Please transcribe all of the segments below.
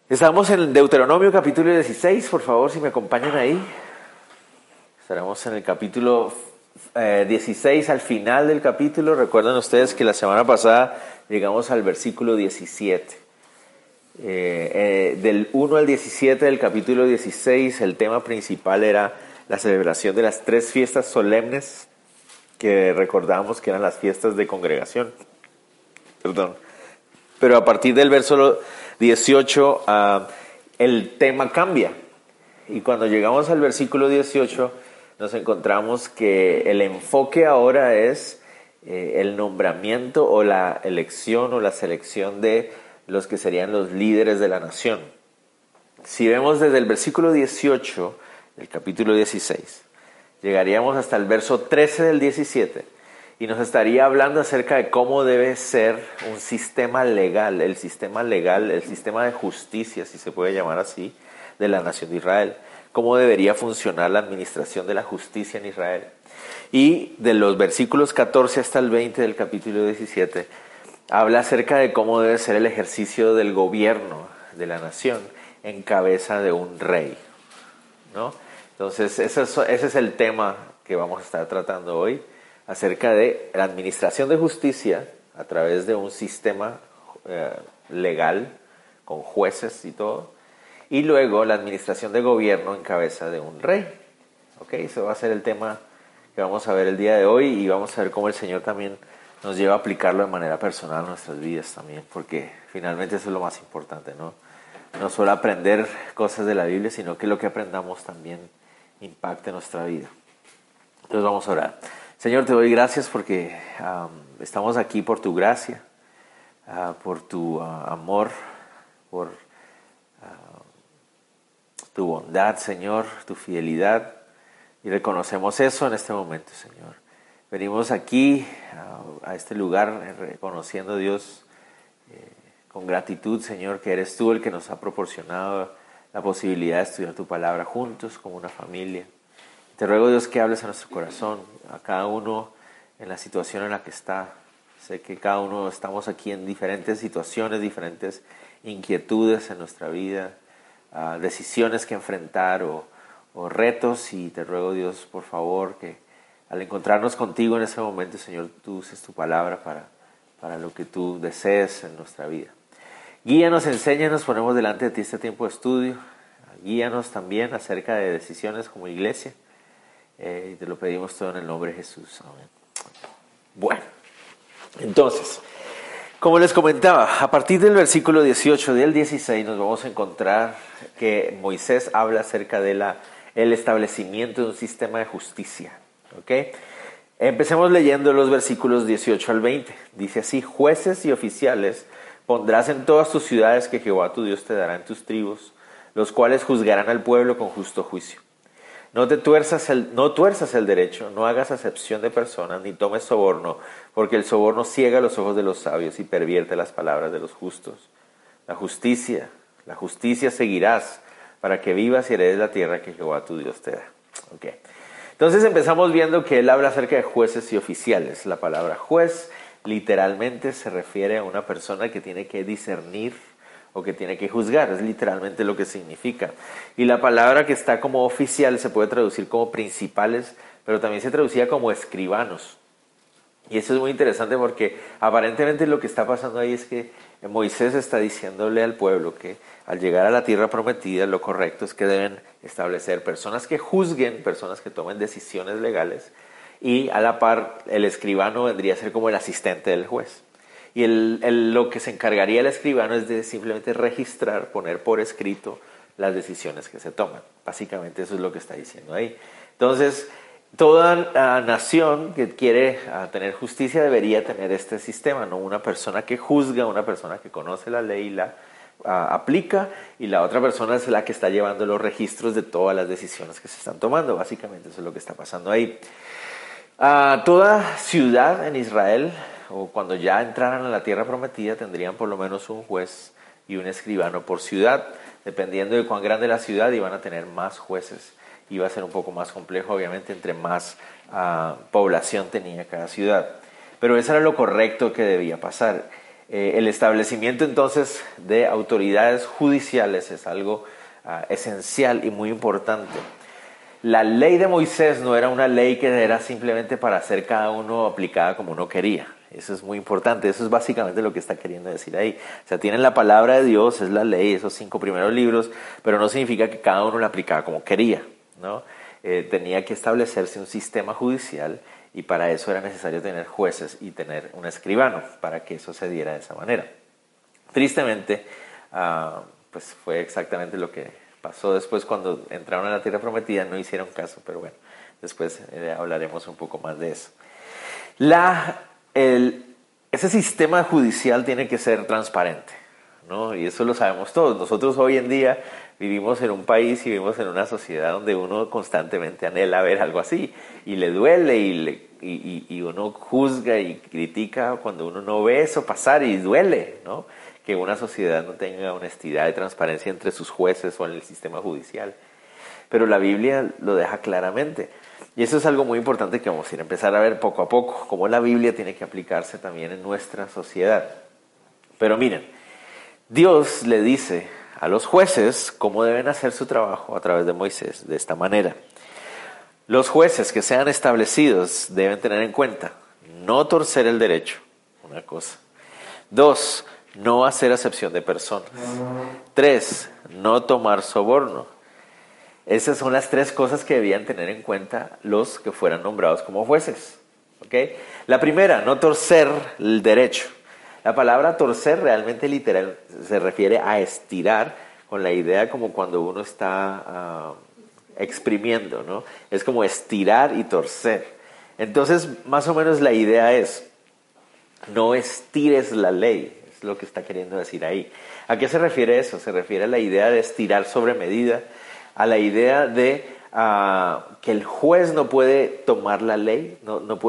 Estamos en Deuteronomio capítulo 16, por favor, si me acompañan ahí. Estaremos en el capítulo 16, al final del capítulo. Recuerdan ustedes que la semana pasada llegamos al versículo 17. Del 1 al 17 del capítulo 16, el tema principal era la celebración de las 3 fiestas solemnes que recordamos que eran las fiestas de congregación. Pero a partir del verso 18, el tema cambia. Y cuando llegamos al versículo 18, nos encontramos que el enfoque ahora es el nombramiento o la elección o la selección de los que serían los líderes de la nación. Si vemos desde el versículo 18 del capítulo 16, llegaríamos hasta el verso 13 del 17 y nos estaría hablando acerca de cómo debe ser un sistema legal, el sistema de justicia, si se puede llamar así, de la nación de Israel. Cómo debería funcionar la administración de la justicia en Israel. Y de los versículos 14 hasta el 20 del capítulo 17, habla acerca de cómo debe ser el ejercicio del gobierno de la nación en cabeza de un rey, ¿no? Entonces, ese es el tema que vamos a estar tratando hoy, acerca de la administración de justicia a través de un sistema legal, con jueces y todo, y luego la administración de gobierno en cabeza de un rey. ¿Ok? Eso va a ser el tema que vamos a ver el día de hoy, y vamos a ver cómo el Señor también nos lleva a aplicarlo de manera personal en nuestras vidas también, porque finalmente eso es lo más importante, ¿no? No solo aprender cosas de la Biblia, sino que lo que aprendamos también impacte nuestra vida. Entonces vamos a orar. Señor, te doy gracias porque estamos aquí por tu gracia, por tu amor, por tu bondad, Señor, tu fidelidad. Y reconocemos eso en este momento, Señor. Venimos aquí a este lugar reconociendo, Dios, con gratitud, Señor, que eres tú el que nos ha proporcionado la posibilidad de estudiar tu palabra juntos como una familia. Te ruego, Dios, que hables a nuestro corazón, a cada uno en la situación en la que está. Sé que cada uno estamos aquí en diferentes situaciones, diferentes inquietudes en nuestra vida, decisiones que enfrentar o retos, y te ruego, Dios, por favor, que al encontrarnos contigo en ese momento, Señor, tú uses tu palabra para lo que tú desees en nuestra vida. Guíanos, enséñanos, ponemos delante de ti este tiempo de estudio. Guíanos también acerca de decisiones como iglesia. Y te lo pedimos todo en el nombre de Jesús. Amén. Bueno, entonces, como les comentaba, a partir del versículo 18 del 16 nos vamos a encontrar que Moisés habla acerca de el establecimiento de un sistema de justicia. ¿Okay? Empecemos leyendo los versículos 18 al 20. Dice así: jueces y oficiales pondrás en todas tus ciudades que Jehová tu Dios te dará en tus tribus, los cuales juzgarán al pueblo con justo juicio. No tuerzas el derecho, no hagas acepción de personas, ni tomes soborno, porque el soborno ciega los ojos de los sabios y pervierte las palabras de los justos. La justicia seguirás, para que vivas y heredes la tierra que Jehová tu Dios te da. Okay. Entonces empezamos viendo que él habla acerca de jueces y oficiales. La palabra juez literalmente se refiere a una persona que tiene que discernir o que tiene que juzgar, es literalmente lo que significa. Y la palabra que está como oficial se puede traducir como principales, pero también se traducía como escribanos. Y eso es muy interesante porque aparentemente lo que está pasando ahí es que Moisés está diciéndole al pueblo que al llegar a la tierra prometida, lo correcto es que deben establecer personas que juzguen, personas que tomen decisiones legales, y a la par el escribano vendría a ser como el asistente del juez. Y lo que se encargaría el escribano es de simplemente registrar, poner por escrito las decisiones que se toman. Básicamente eso es lo que está diciendo ahí. Entonces, toda nación que quiere tener justicia debería tener este sistema, ¿no? Una persona que juzga, una persona que conoce la ley y la aplica, y la otra persona es la que está llevando los registros de todas las decisiones que se están tomando. Básicamente eso es lo que está pasando ahí. Toda ciudad en Israel, o cuando ya entraran a la tierra prometida, tendrían por lo menos un juez y un escribano por ciudad. Dependiendo de cuán grande la ciudad, iban a tener más jueces. Iba a ser un poco más complejo, obviamente, entre más población tenía cada ciudad. Pero eso era lo correcto que debía pasar. El establecimiento entonces de autoridades judiciales es algo esencial y muy importante. La ley de Moisés no era una ley que era simplemente para hacer cada uno aplicada como uno quería. Eso es muy importante, eso es básicamente lo que está queriendo decir ahí. O sea, tienen la palabra de Dios, es la ley, esos 5 primeros libros, pero no significa que cada uno la aplicaba como quería, ¿no? Tenía que establecerse un sistema judicial y para eso era necesario tener jueces y tener un escribano para que eso se diera de esa manera. Tristemente, pues fue exactamente lo que pasó después cuando entraron a la tierra prometida, no hicieron caso, pero bueno, después hablaremos un poco más de eso. Ese sistema judicial tiene que ser transparente, ¿no? Y eso lo sabemos todos. Nosotros hoy en día vivimos en un país y vivimos en una sociedad donde uno constantemente anhela ver algo así y le duele y uno juzga y critica cuando uno no ve eso pasar y duele, ¿no? Que una sociedad no tenga honestidad y transparencia entre sus jueces o en el sistema judicial. Pero la Biblia lo deja claramente. Y eso es algo muy importante que vamos a ir a empezar a ver poco a poco, cómo la Biblia tiene que aplicarse también en nuestra sociedad. Pero miren, Dios le dice a los jueces cómo deben hacer su trabajo a través de Moisés, de esta manera. Los jueces que sean establecidos deben tener en cuenta no torcer el derecho, una cosa. 2, no hacer acepción de personas. 3, no tomar soborno. Esas son las 3 cosas que debían tener en cuenta los que fueran nombrados como jueces. ¿Okay? La primera, no torcer el derecho. La palabra torcer realmente literal se refiere a estirar, con la idea como cuando uno está exprimiendo, ¿no? Es como estirar y torcer. Entonces, más o menos la idea es, no estires la ley, es lo que está queriendo decir ahí. ¿A qué se refiere eso? Se refiere a la idea de estirar sobre medida, a la idea de que el juez no puede tomar la ley,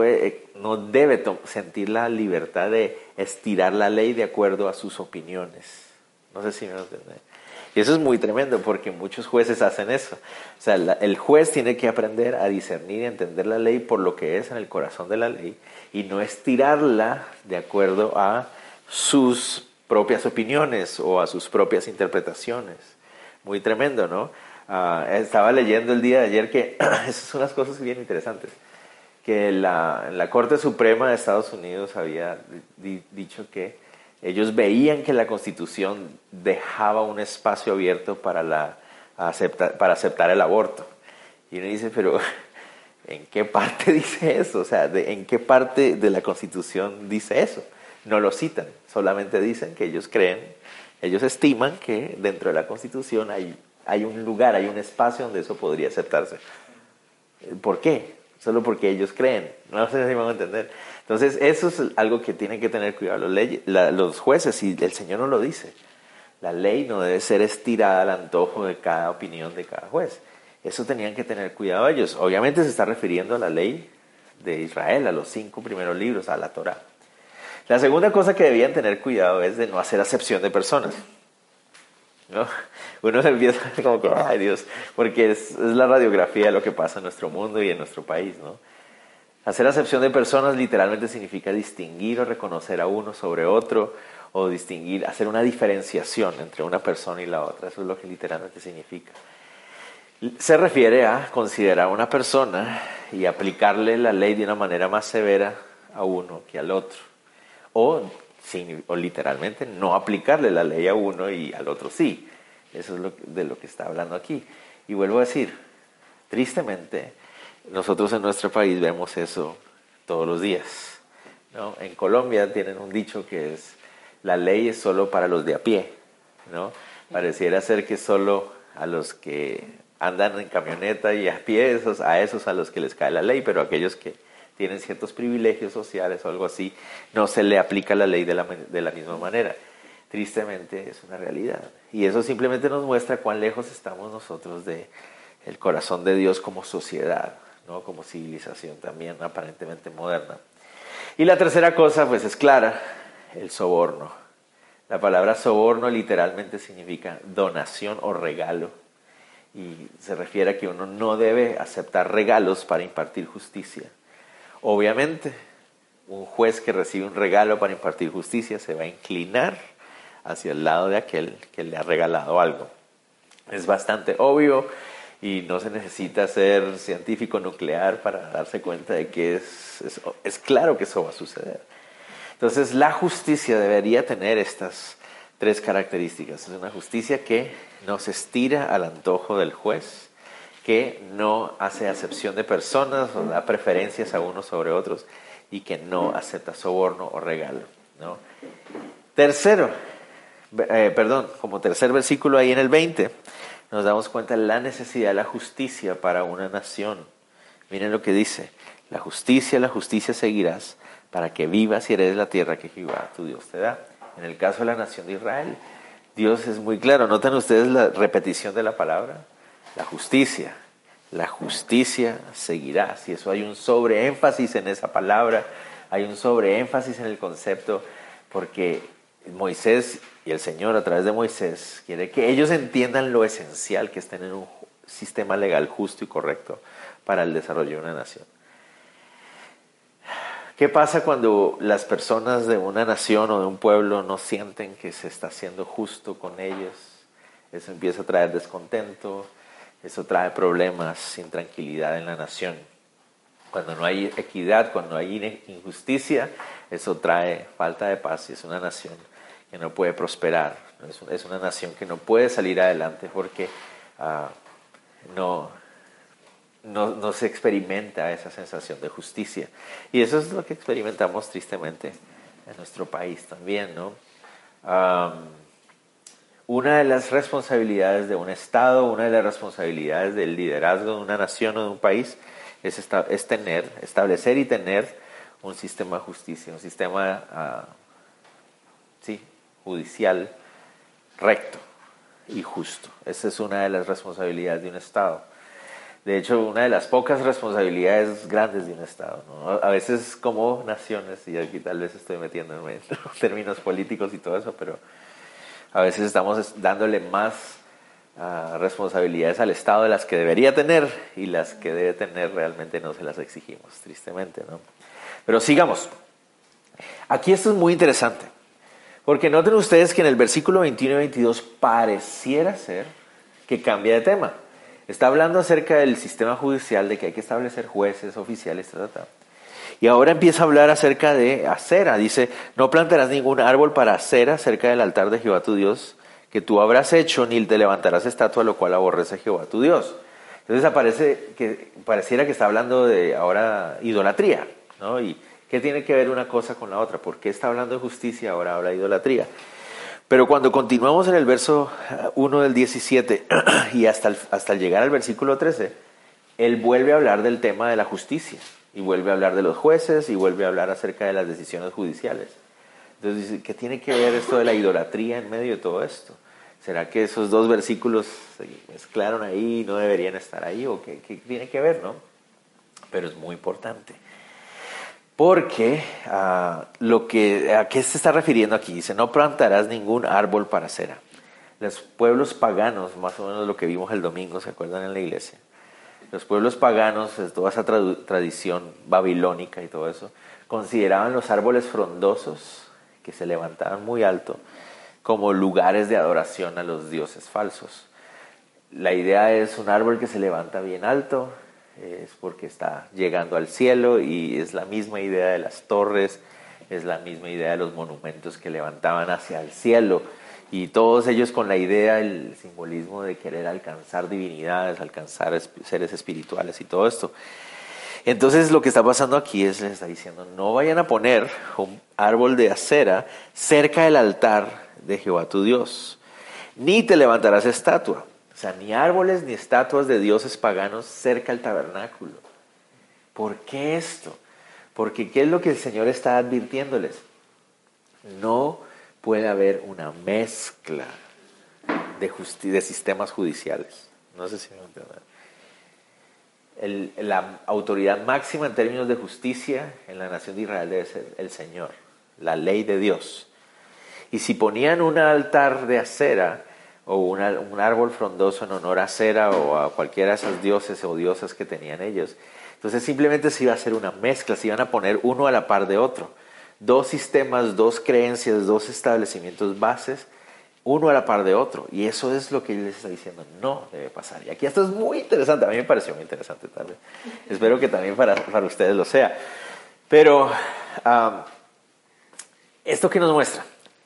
no debe sentir la libertad de estirar la ley de acuerdo a sus opiniones. No sé si me entienden. Y eso es muy tremendo porque muchos jueces hacen eso. O sea, el juez tiene que aprender a discernir y entender la ley por lo que es en el corazón de la ley y no estirarla de acuerdo a sus propias opiniones o a sus propias interpretaciones. Muy tremendo, ¿no? Estaba leyendo el día de ayer que esas son unas cosas bien interesantes, que la Corte Suprema de Estados Unidos había dicho que ellos veían que la Constitución dejaba un espacio abierto para aceptar el aborto. Y uno dice, pero ¿en qué parte dice eso? O sea, ¿en qué parte de la Constitución dice eso? No lo citan, solamente dicen que ellos estiman que dentro de la Constitución hay un lugar, hay un espacio donde eso podría aceptarse. ¿Por qué? Solo porque ellos creen. No sé si me van a entender. Entonces, eso es algo que tienen que tener cuidado los jueces, y el Señor nos lo dice. La ley no debe ser estirada al antojo de cada opinión de cada juez. Eso tenían que tener cuidado ellos. Obviamente se está refiriendo a la ley de Israel, a los 5 primeros libros, a la Torá. La segunda cosa que debían tener cuidado es de no hacer acepción de personas, ¿no? Uno se empieza como que, ay Dios, porque es la radiografía de lo que pasa en nuestro mundo y en nuestro país, ¿no? Hacer acepción de personas literalmente significa distinguir o reconocer a uno sobre otro, o hacer una diferenciación entre una persona y la otra. Eso es lo que literalmente significa. Se refiere a considerar a una persona y aplicarle la ley de una manera más severa a uno que al otro. O literalmente no aplicarle la ley a uno y al otro sí. Eso es de lo que está hablando aquí. Y vuelvo a decir, tristemente, nosotros en nuestro país vemos eso todos los días, ¿no? En Colombia tienen un dicho que es, la ley es solo para los de a pie, ¿no? Pareciera ser que solo a los que andan en camioneta y a pie, a esos a los que les cae la ley, pero aquellos que tienen ciertos privilegios sociales o algo así, no se le aplica la ley de la misma manera. Tristemente es una realidad. Y eso simplemente nos muestra cuán lejos estamos nosotros del corazón de Dios como sociedad, ¿no? Como civilización también aparentemente moderna. Y la tercera cosa, pues es clara, el soborno. La palabra soborno literalmente significa donación o regalo. Y se refiere a que uno no debe aceptar regalos para impartir justicia. Obviamente, un juez que recibe un regalo para impartir justicia se va a inclinar hacia el lado de aquel que le ha regalado algo. Es bastante obvio y no se necesita ser científico nuclear para darse cuenta de que es claro que eso va a suceder. Entonces la justicia debería tener estas tres características. Es una justicia que no se estira al antojo del juez, que no hace acepción de personas o da preferencias a unos sobre otros y que no acepta soborno o regalo, ¿no? Como tercer versículo ahí en el 20, nos damos cuenta de la necesidad de la justicia para una nación. Miren lo que dice: la justicia seguirás para que vivas y heredes la tierra que Jehová tu Dios te da. En el caso de la nación de Israel, Dios es muy claro. ¿Notan ustedes la repetición de la palabra? La justicia seguirás. Y eso hay un sobreénfasis en esa palabra, hay un sobreénfasis en el concepto, porque Moisés y el Señor a través de Moisés quiere que ellos entiendan lo esencial que es tener un sistema legal justo y correcto para el desarrollo de una nación. ¿Qué pasa cuando las personas de una nación o de un pueblo no sienten que se está haciendo justo con ellos? Eso empieza a traer descontento, eso trae problemas, intranquilidad en la nación. Cuando no hay equidad, cuando hay injusticia, eso trae falta de paz y es una nación que no puede prosperar. Es una nación que no puede salir adelante porque no se experimenta esa sensación de justicia. Y eso es lo que experimentamos tristemente en nuestro país también, ¿no? Una de las responsabilidades de un Estado, una de las responsabilidades del liderazgo de una nación o de un país es establecer y tener un sistema de justicia, un sistema judicial recto y justo. Esa es una de las responsabilidades de un Estado. De hecho, una de las pocas responsabilidades grandes de un Estado, ¿no? A veces como naciones, y aquí tal vez estoy metiéndome en términos políticos y todo eso, pero a veces estamos dándole más responsabilidades al Estado de las que debería tener, y las que debe tener realmente no se las exigimos, tristemente, ¿no? Pero sigamos. Aquí esto es muy interesante, porque noten ustedes que en el versículo 21 y 22 pareciera ser que cambia de tema. Está hablando acerca del sistema judicial, de que hay que establecer jueces, oficiales, y ahora empieza a hablar acerca de acera. Dice: no plantarás ningún árbol para acera cerca del altar de Jehová tu Dios, que tú habrás hecho, ni te levantarás estatua, lo cual aborrece Jehová tu Dios. Entonces pareciera que está hablando de ahora idolatría, ¿no? ¿Y qué tiene que ver una cosa con la otra? ¿Por qué está hablando de justicia, ahora habla de idolatría? Pero cuando continuamos en el verso 1 del 17 y hasta llegar al versículo 13, él vuelve a hablar del tema de la justicia, y vuelve a hablar de los jueces, y vuelve a hablar acerca de las decisiones judiciales. Entonces dice: ¿qué tiene que ver esto de la idolatría en medio de todo esto? ¿Será que esos dos versículos se mezclaron ahí y no deberían estar ahí? ¿O qué tiene que ver, no? Pero es muy importante. Porque ¿a qué se está refiriendo aquí? Dice: no plantarás ningún árbol para acera. Los pueblos paganos, más o menos lo que vimos el domingo, ¿se acuerdan en la iglesia? Los pueblos paganos, toda esa tradición babilónica y todo eso, consideraban los árboles frondosos, que se levantaban muy alto, como lugares de adoración a los dioses falsos. La idea es un árbol que se levanta bien alto, es porque está llegando al cielo, y es la misma idea de las torres, es la misma idea de los monumentos que levantaban hacia el cielo, y todos ellos con la idea, el simbolismo de querer alcanzar divinidades, alcanzar seres espirituales y todo esto. Entonces lo que está pasando aquí les está diciendo: no vayan a poner un árbol de acera cerca del altar de Jehová tu Dios, ni te levantarás estatua. O sea, ni árboles ni estatuas de dioses paganos cerca del tabernáculo. ¿Por qué esto? Porque ¿qué es lo que el Señor está advirtiéndoles? No puede haber una mezcla de sistemas judiciales. No sé si me entienden. La autoridad máxima en términos de justicia en la nación de Israel debe ser el Señor, la ley de Dios. Y si ponían un altar de acera o un árbol frondoso en honor a Acera o a cualquiera de esos dioses o diosas que tenían ellos, Entonces simplemente se iba a hacer una mezcla, se iban a poner uno a la par de otro. Dos sistemas, dos creencias, dos establecimientos bases, uno a la par de otro. Y eso es lo que él les está diciendo, no debe pasar. Y aquí esto es muy interesante, a mí me pareció muy interesante tal vez. Espero que también para ustedes lo sea. Pero, ¿esto qué nos muestra?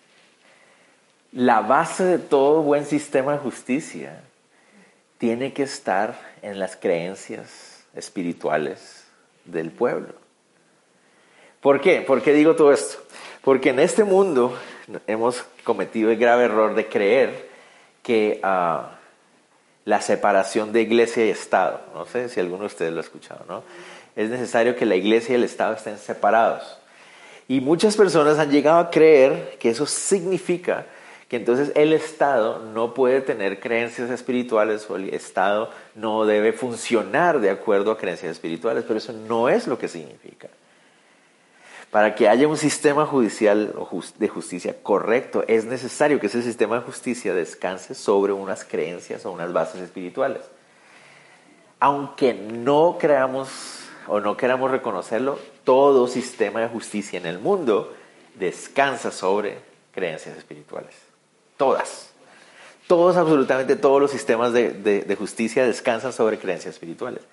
La base de todo buen sistema de justicia tiene que estar en las creencias espirituales del pueblo. ¿Por qué? ¿Por qué digo todo esto? Porque en este mundo hemos cometido el grave error de creer que la separación de iglesia y Estado, no sé si alguno de ustedes lo ha escuchado, ¿no? Es necesario que la iglesia y el Estado estén separados. Y muchas personas han llegado a creer que eso significa que entonces el Estado no puede tener creencias espirituales o el Estado no debe funcionar de acuerdo a creencias espirituales, pero eso no es lo que significa. Para que haya un sistema judicial o de justicia correcto, es necesario que ese sistema de justicia descanse sobre unas creencias o unas bases espirituales. Aunque no creamos o no queramos reconocerlo, todo sistema de justicia en el mundo descansa sobre creencias espirituales. Todas. Todos, absolutamente todos los sistemas de justicia descansan sobre creencias espirituales.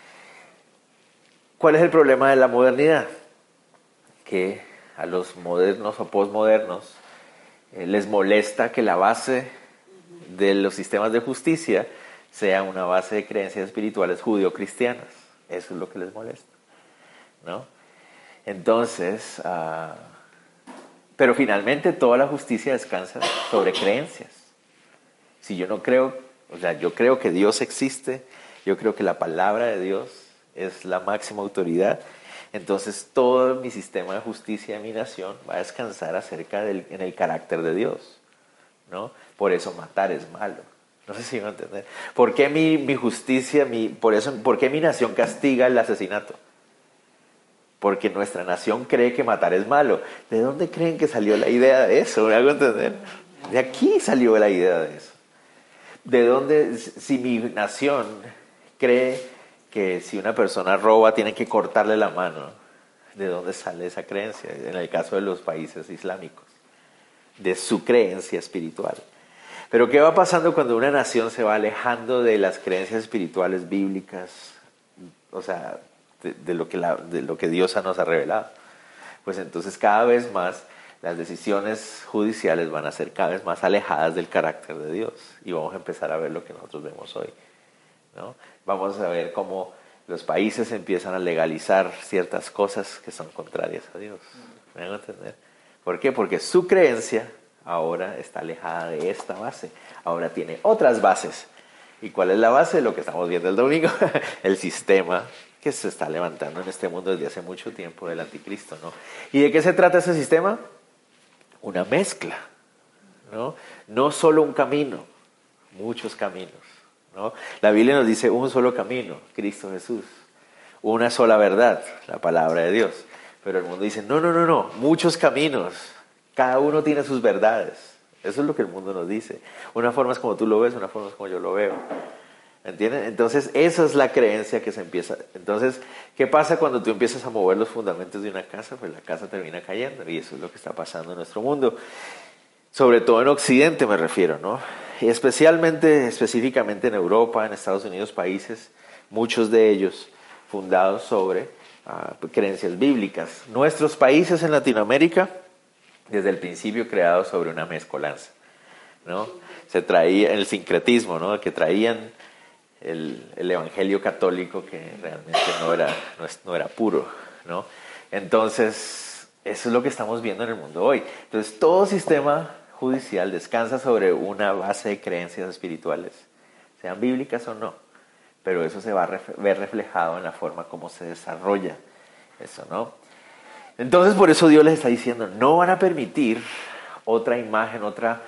¿Cuál es el problema de la modernidad? Que a los modernos o posmodernos les molesta que la base de los sistemas de justicia sea una base de creencias espirituales judío-cristianas. Eso es lo que les molesta, ¿no? Entonces, pero finalmente toda la justicia descansa sobre creencias. Si yo no creo, o sea, yo creo que Dios existe, yo creo que la palabra de Dios es la máxima autoridad, entonces todo mi sistema de justicia de mi nación va a descansar en el carácter de Dios, ¿no? Por eso matar es malo. No sé si me van a entender. ¿Por qué mi justicia, por qué mi nación castiga el asesinato? Porque nuestra nación cree que matar es malo. ¿De dónde creen que salió la idea de eso? ¿Me hago entender? De aquí salió la idea de eso. ¿De dónde, si mi nación cree que si una persona roba tiene que cortarle la mano? ¿De dónde sale esa creencia? En el caso de los países islámicos. De su creencia espiritual. Pero ¿qué va pasando cuando una nación se va alejando de las creencias espirituales bíblicas? O sea, de lo que Dios nos ha revelado. Pues entonces cada vez más las decisiones judiciales van a ser cada vez más alejadas del carácter de Dios. Y vamos a empezar a ver lo que nosotros vemos hoy, ¿no? Vamos a ver cómo los países empiezan a legalizar ciertas cosas que son contrarias a Dios. ¿Me van a entender? ¿Por qué? Porque su creencia ahora está alejada de esta base. Ahora tiene otras bases. ¿Y cuál es la base? Lo que estamos viendo el domingo. El sistema que se está levantando en este mundo desde hace mucho tiempo del anticristo, ¿no? ¿Y de qué se trata ese sistema? Una mezcla, ¿no? No solo un camino, muchos caminos, ¿no? La Biblia nos dice un solo camino, Cristo Jesús. Una sola verdad, la palabra de Dios. Pero el mundo dice, no, muchos caminos. Cada uno tiene sus verdades. Eso es lo que el mundo nos dice. Una forma es como tú lo ves, una forma es como yo lo veo. ¿Entienden? Entonces, esa es la creencia que se empieza. Entonces, ¿qué pasa cuando tú empiezas a mover los fundamentos de una casa? Pues la casa termina cayendo. Y eso es lo que está pasando en nuestro mundo. Sobre todo en Occidente me refiero, ¿no? Y específicamente en Europa, en Estados Unidos, países, muchos de ellos fundados sobre creencias bíblicas. Nuestros países en Latinoamérica, desde el principio creados sobre una mezcolanza, ¿no? Se traía el sincretismo, ¿no? Que traían el evangelio católico que realmente no era puro, ¿no? Entonces, eso es lo que estamos viendo en el mundo hoy. Entonces, todo sistema judicial descansa sobre una base de creencias espirituales, sean bíblicas o no, pero eso se va a ver reflejado en la forma como se desarrolla eso, ¿no? Entonces, por eso Dios les está diciendo, no van a permitir otra imagen, otra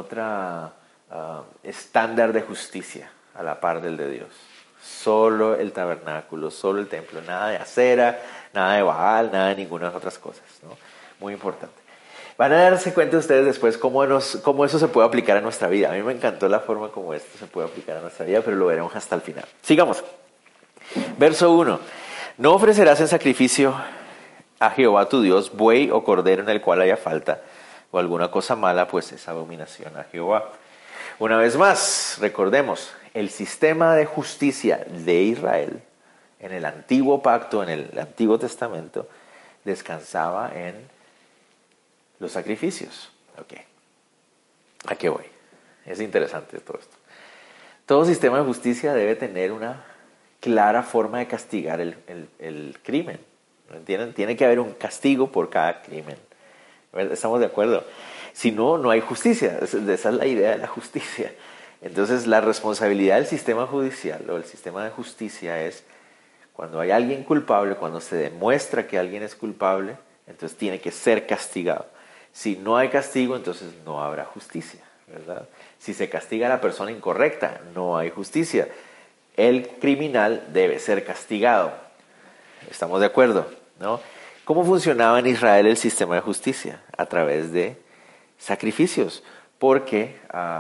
estándar de justicia a la par del de Dios. Solo el tabernáculo, solo el templo, nada de acera, nada de Baal, nada de ninguna de las otras cosas, ¿no? Muy importante. Van a darse cuenta ustedes después cómo eso se puede aplicar a nuestra vida. A mí me encantó la forma como esto se puede aplicar a nuestra vida, pero lo veremos hasta el final. Sigamos. Verso 1. No ofrecerás en sacrificio a Jehová tu Dios buey o cordero en el cual haya falta o alguna cosa mala, pues es abominación a Jehová. Una vez más, recordemos, el sistema de justicia de Israel en el antiguo pacto, en el Antiguo Testamento, descansaba en los sacrificios. Ok, ¿a qué voy? Es interesante todo esto. Todo sistema de justicia debe tener una clara forma de castigar el crimen. ¿No entienden? Tiene que haber un castigo por cada crimen. ¿Estamos de acuerdo? Si no, no hay justicia. Esa es la idea de la justicia. Entonces, la responsabilidad del sistema judicial o del sistema de justicia es cuando hay alguien culpable, cuando se demuestra que alguien es culpable, entonces tiene que ser castigado. Si no hay castigo, entonces no habrá justicia, ¿verdad? Si se castiga a la persona incorrecta, no hay justicia. El criminal debe ser castigado. ¿Estamos de acuerdo? ¿No? ¿Cómo funcionaba en Israel el sistema de justicia? A través de sacrificios. Porque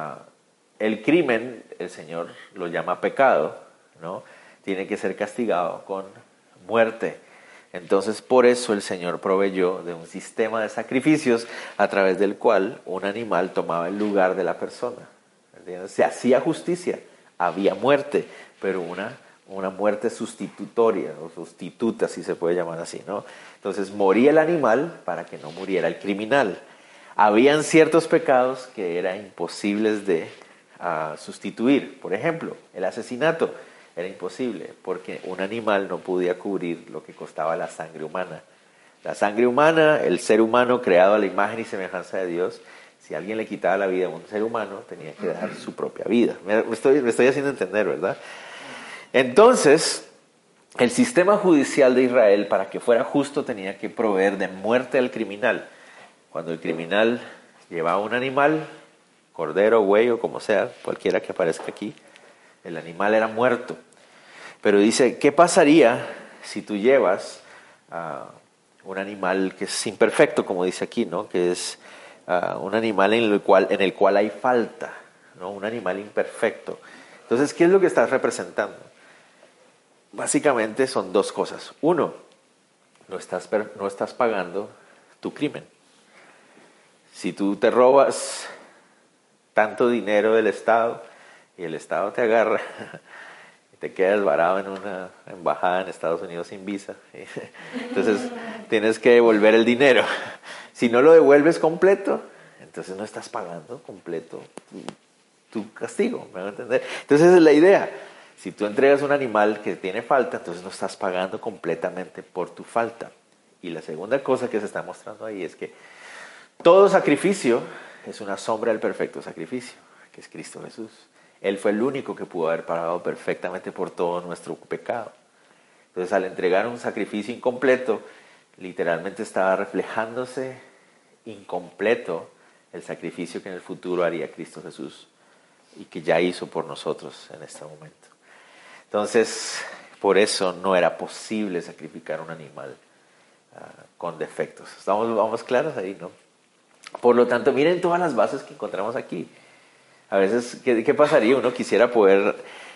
el crimen, el Señor lo llama pecado, ¿no? Tiene que ser castigado con muerte. Entonces, por eso el Señor proveyó de un sistema de sacrificios a través del cual un animal tomaba el lugar de la persona. ¿Entiendes? Se hacía justicia, había muerte, pero una muerte sustitutoria o sustituta, si se puede llamar así, ¿no? Entonces, moría el animal para que no muriera el criminal. Habían ciertos pecados que eran imposibles de sustituir. Por ejemplo, el asesinato. Era imposible porque un animal no podía cubrir lo que costaba la sangre humana. La sangre humana, el ser humano creado a la imagen y semejanza de Dios, si alguien le quitaba la vida a un ser humano, tenía que dar su propia vida. Me estoy haciendo entender, ¿verdad? Entonces, el sistema judicial de Israel, para que fuera justo, tenía que proveer de muerte al criminal. Cuando el criminal llevaba un animal, cordero, buey o como sea, cualquiera que aparezca aquí, el animal era muerto. Pero dice, ¿qué pasaría si tú llevas un animal que es imperfecto, como dice aquí, ¿no? Que es un animal en el cual hay falta, ¿no? Un animal imperfecto. Entonces, ¿qué es lo que estás representando? Básicamente son dos cosas. Uno, no estás pagando tu crimen. Si tú te robas tanto dinero del Estado y el Estado te agarra y te quedas varado en una embajada en Estados Unidos sin visa, entonces tienes que devolver el dinero. Si no lo devuelves completo, entonces no estás pagando completo tu castigo, ¿me van a entender? Entonces esa es la idea. Si tú entregas un animal que tiene falta, entonces no estás pagando completamente por tu falta. Y la segunda cosa que se está mostrando ahí es que todo sacrificio es una sombra del perfecto sacrificio, que es Cristo Jesús. Él fue el único que pudo haber pagado perfectamente por todo nuestro pecado. Entonces, al entregar un sacrificio incompleto, literalmente estaba reflejándose incompleto el sacrificio que en el futuro haría Cristo Jesús y que ya hizo por nosotros en este momento. Entonces, por eso no era posible sacrificar un animal con defectos. ¿Vamos claros ahí, no? Por lo tanto, miren todas las bases que encontramos aquí. A veces, ¿qué pasaría? Uno quisiera poder,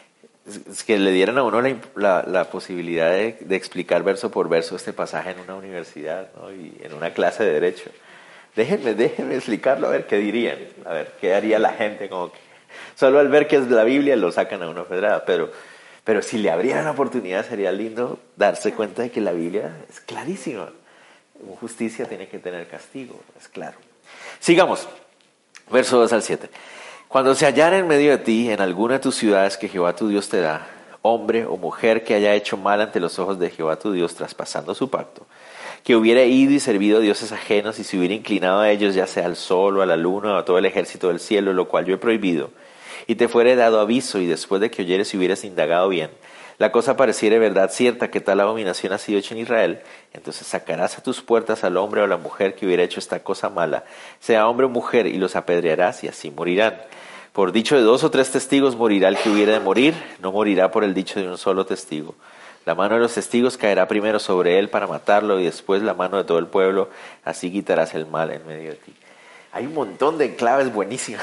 que le dieran a uno la posibilidad de explicar verso por verso este pasaje en una universidad, ¿no? Y en una clase de Derecho. Déjenme explicarlo, a ver qué dirían, a ver qué haría la gente. Como que solo al ver que es la Biblia lo sacan a uno pedrada, pero si le abrieran la oportunidad sería lindo darse cuenta de que la Biblia es clarísima. Justicia tiene que tener castigo, es claro. Sigamos, verso 2 al 7. Cuando se hallara en medio de ti, en alguna de tus ciudades que Jehová tu Dios te da, hombre o mujer que haya hecho mal ante los ojos de Jehová tu Dios, traspasando su pacto, que hubiera ido y servido a dioses ajenos y se hubiera inclinado a ellos, ya sea al sol o a la luna o a todo el ejército del cielo, lo cual yo he prohibido, y te fuere dado aviso, y después de que oyeres y hubieras indagado bien, la cosa pareciere verdad cierta que tal abominación ha sido hecha en Israel, entonces sacarás a tus puertas al hombre o a la mujer que hubiera hecho esta cosa mala, sea hombre o mujer, y los apedrearás, y así morirán. Por dicho de 2 o 3 testigos morirá el que hubiera de morir, no morirá por el dicho de un solo testigo. La mano de los testigos caerá primero sobre él para matarlo, y después la mano de todo el pueblo, así quitarás el mal en medio de ti. Hay un montón de claves buenísimas.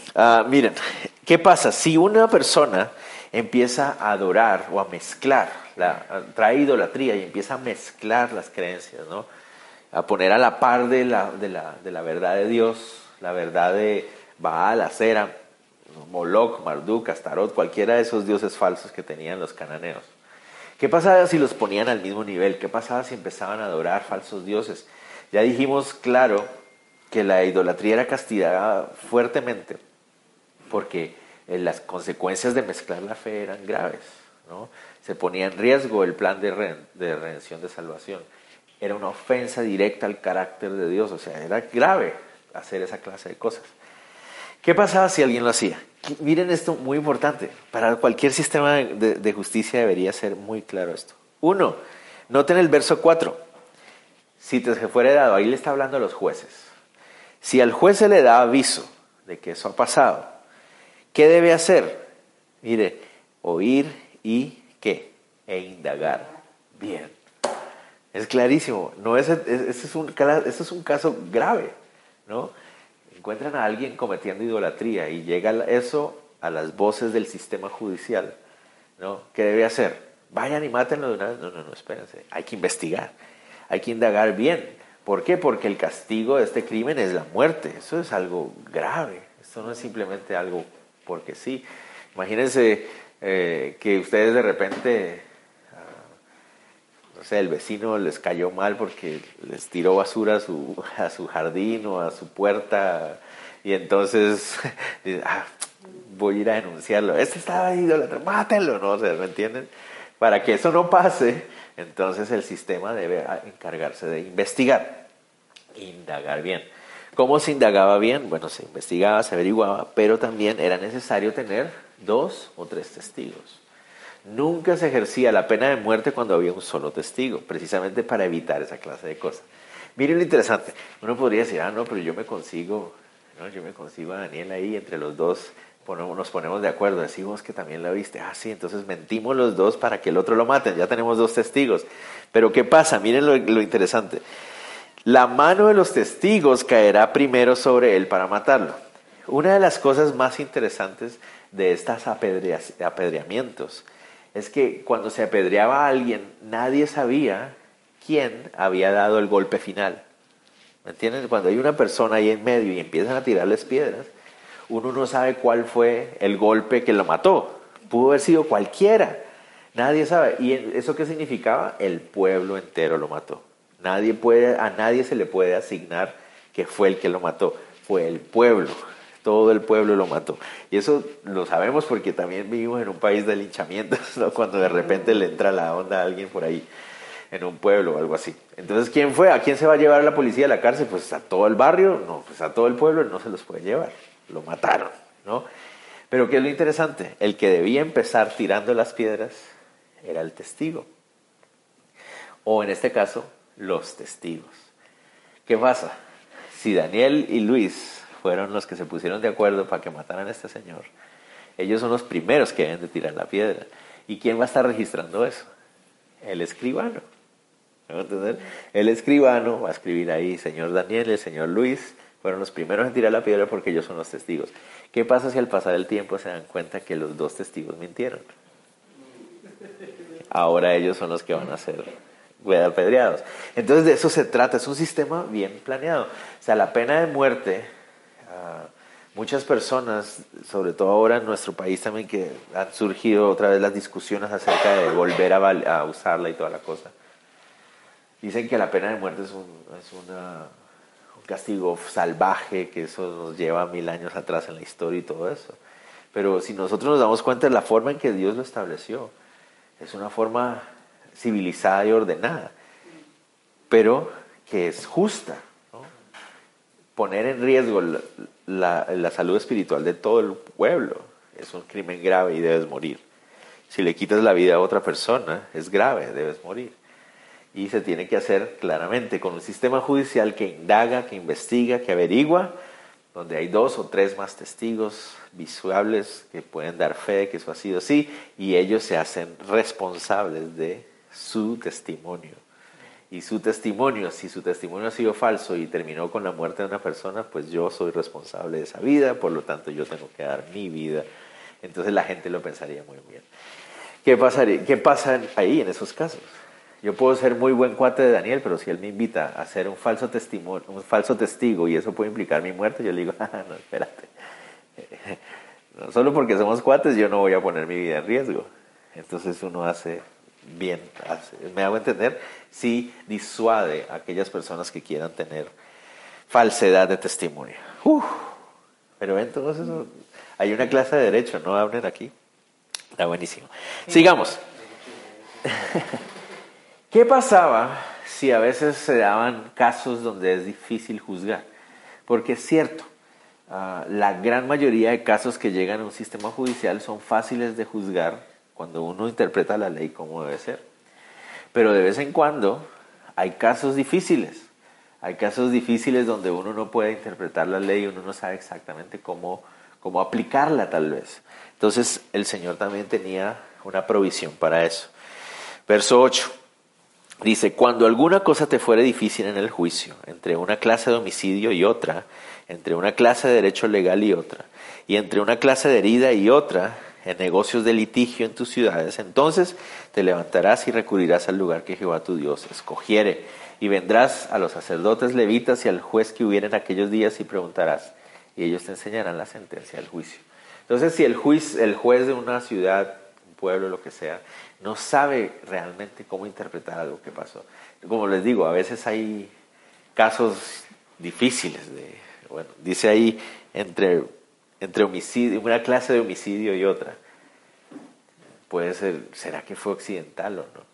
Miren, ¿qué pasa? Si una persona empieza a adorar o a mezclar trae idolatría y empieza a mezclar las creencias, ¿no? A poner a la par de la verdad de Dios, la verdad de Baal, Asera, Moloch, Marduk, Astarot, cualquiera de esos dioses falsos que tenían los cananeos. ¿Qué pasaba si los ponían al mismo nivel? ¿Qué pasaba si empezaban a adorar falsos dioses? Ya dijimos, claro, que la idolatría era castigada fuertemente porque las consecuencias de mezclar la fe eran graves, ¿no? Se ponía en riesgo el plan de redención, de salvación. Era una ofensa directa al carácter de Dios, o sea, era grave hacer esa clase de cosas. ¿Qué pasaba si alguien lo hacía? Miren esto, muy importante. Para cualquier sistema de justicia debería ser muy claro esto. 1. Noten el verso 4. Si te fuera dado, ahí le está hablando a los jueces. Si al juez se le da aviso de que eso ha pasado, ¿qué debe hacer? Mire, oír y ¿qué? E indagar. Bien. Es clarísimo. No, este es un caso grave, ¿no? Encuentran a alguien cometiendo idolatría y llega eso a las voces del sistema judicial, ¿no? ¿Qué debe hacer? Vayan y mátenlo de una vez. No, espérense. Hay que investigar. Hay que indagar bien. ¿Por qué? Porque el castigo de este crimen es la muerte. Eso es algo grave. Esto no es simplemente algo porque sí. Imagínense que ustedes de repente, no sé, el vecino les cayó mal porque les tiró basura a su jardín o a su puerta y entonces voy a ir a denunciarlo. Este estaba idólatra, mátenlo, ¿no? O sea, ¿me entienden? Para que eso no pase, entonces el sistema debe encargarse de investigar, indagar bien. ¿Cómo se indagaba bien? Bueno, se investigaba, se averiguaba, pero también era necesario tener 2 o 3 testigos. Nunca se ejercía la pena de muerte cuando había un solo testigo, precisamente para evitar esa clase de cosas. Miren lo interesante, uno podría decir, no, pero yo me consigo a Daniel ahí, entre los dos nos ponemos de acuerdo, decimos que también la viste, sí, entonces mentimos los dos para que el otro lo maten, ya tenemos 2 testigos. Pero ¿qué pasa? Miren lo interesante. La mano de los testigos caerá primero sobre él para matarlo. Una de las cosas más interesantes de estos apedreamientos es que cuando se apedreaba a alguien, nadie sabía quién había dado el golpe final. ¿Me entienden? Cuando hay una persona ahí en medio y empiezan a tirarles piedras, uno no sabe cuál fue el golpe que lo mató. Pudo haber sido cualquiera. Nadie sabe. ¿Y eso qué significaba? El pueblo entero lo mató. A nadie se le puede asignar que fue el que lo mató. Fue el pueblo. Todo el pueblo lo mató. Y eso lo sabemos porque también vivimos en un país de linchamientos, ¿no? Cuando de repente le entra la onda a alguien por ahí en un pueblo o algo así. Entonces, ¿quién fue? ¿A quién se va a llevar la policía a la cárcel? Pues a todo el barrio, no, pues a todo el pueblo no se los puede llevar. Lo mataron, ¿no? Pero ¿qué es lo interesante? El que debía empezar tirando las piedras era el testigo. O en este caso, los testigos. ¿Qué pasa? Si Daniel y Luis fueron los que se pusieron de acuerdo para que mataran a este señor, ellos son los primeros que deben de tirar la piedra. ¿Y quién va a estar registrando eso? El escribano. ¿Me va a entender? El escribano va a escribir ahí, señor Daniel y el señor Luis fueron los primeros en tirar la piedra porque ellos son los testigos. ¿Qué pasa si al pasar el tiempo se dan cuenta que los 2 testigos mintieron? Ahora ellos son los que van a ser apedreados. Entonces de eso se trata, es un sistema bien planeado. O sea, la pena de muerte, muchas personas, sobre todo ahora en nuestro país también, que han surgido otra vez las discusiones acerca de volver a usarla y toda la cosa. Dicen que la pena de muerte es un castigo salvaje, que eso nos lleva 1000 años atrás en la historia y todo eso. Pero si nosotros nos damos cuenta de la forma en que Dios lo estableció, es una forma civilizada y ordenada, pero que es justa, ¿no? Poner en riesgo la salud espiritual de todo el pueblo es un crimen grave y debes morir. Si le quitas la vida a otra persona, es grave, debes morir. Y se tiene que hacer claramente con un sistema judicial que indaga, que investiga, que averigua, donde hay 2 o 3 más testigos visuales que pueden dar fe de que eso ha sido así, y ellos se hacen responsables de su testimonio. Y su testimonio, si su testimonio ha sido falso y terminó con la muerte de una persona, pues yo soy responsable de esa vida, por lo tanto yo tengo que dar mi vida. Entonces la gente lo pensaría muy bien. ¿Qué pasa ahí en esos casos? Yo puedo ser muy buen cuate de Daniel, pero si él me invita a ser un falso testigo y eso puede implicar mi muerte, yo le digo, no, espérate. No, solo porque somos cuates yo no voy a poner mi vida en riesgo. Entonces uno hace bien, me hago entender, sí disuade a aquellas personas que quieran tener falsedad de testimonio. Pero entonces hay una clase de derecho, ¿no hablen aquí? Está buenísimo. Sigamos. ¿Qué pasaba si a veces se daban casos donde es difícil juzgar? Porque es cierto, la gran mayoría de casos que llegan a un sistema judicial son fáciles de juzgar cuando uno interpreta la ley como debe ser. Pero de vez en cuando hay casos difíciles. Hay casos difíciles donde uno no puede interpretar la ley, uno no sabe exactamente cómo aplicarla tal vez. Entonces el Señor también tenía una provisión para eso. Verso 8 dice, cuando alguna cosa te fuere difícil en el juicio, entre una clase de homicidio y otra, entre una clase de derecho legal y otra, y entre una clase de herida y otra, en negocios de litigio en tus ciudades, entonces te levantarás y recurrirás al lugar que Jehová tu Dios escogiere, y vendrás a los sacerdotes levitas y al juez que hubiera en aquellos días y preguntarás, y ellos te enseñarán la sentencia del juicio. Entonces, si el juez de una ciudad, un pueblo, lo que sea, no sabe realmente cómo interpretar algo que pasó. Como les digo, a veces hay casos difíciles. Dice ahí entre homicidio, una clase de homicidio y otra. Puede ser, ¿será que fue accidental o no?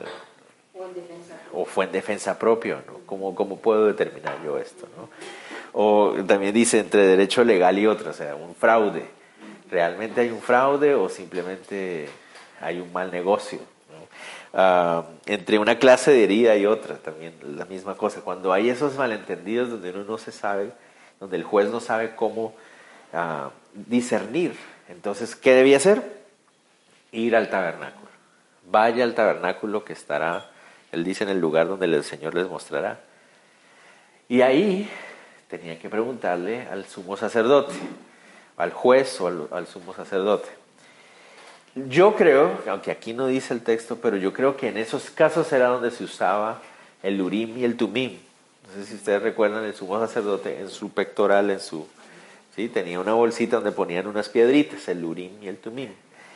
O fue en defensa propia, ¿no? ¿Cómo puedo determinar yo esto, no? O también dice entre derecho legal y otro, o sea, un fraude. ¿Realmente hay un fraude o simplemente hay un mal negocio, ¿no? Entre una clase de herida y otra, también la misma cosa. Cuando hay esos malentendidos donde uno no se sabe, donde el juez no sabe cómo discernir, entonces, ¿qué debía hacer? Ir al tabernáculo. Vaya al tabernáculo que estará, él dice, en el lugar donde el Señor les mostrará. Y ahí tenían que preguntarle al sumo sacerdote, al juez o al sumo sacerdote. Yo creo, aunque aquí no dice el texto, pero yo creo que en esos casos era donde se usaba el Urim y el Tumim. No sé si ustedes recuerdan, el sumo sacerdote en su pectoral, ¿sí? Tenía una bolsita donde ponían unas piedritas, el Urim y el Tumim.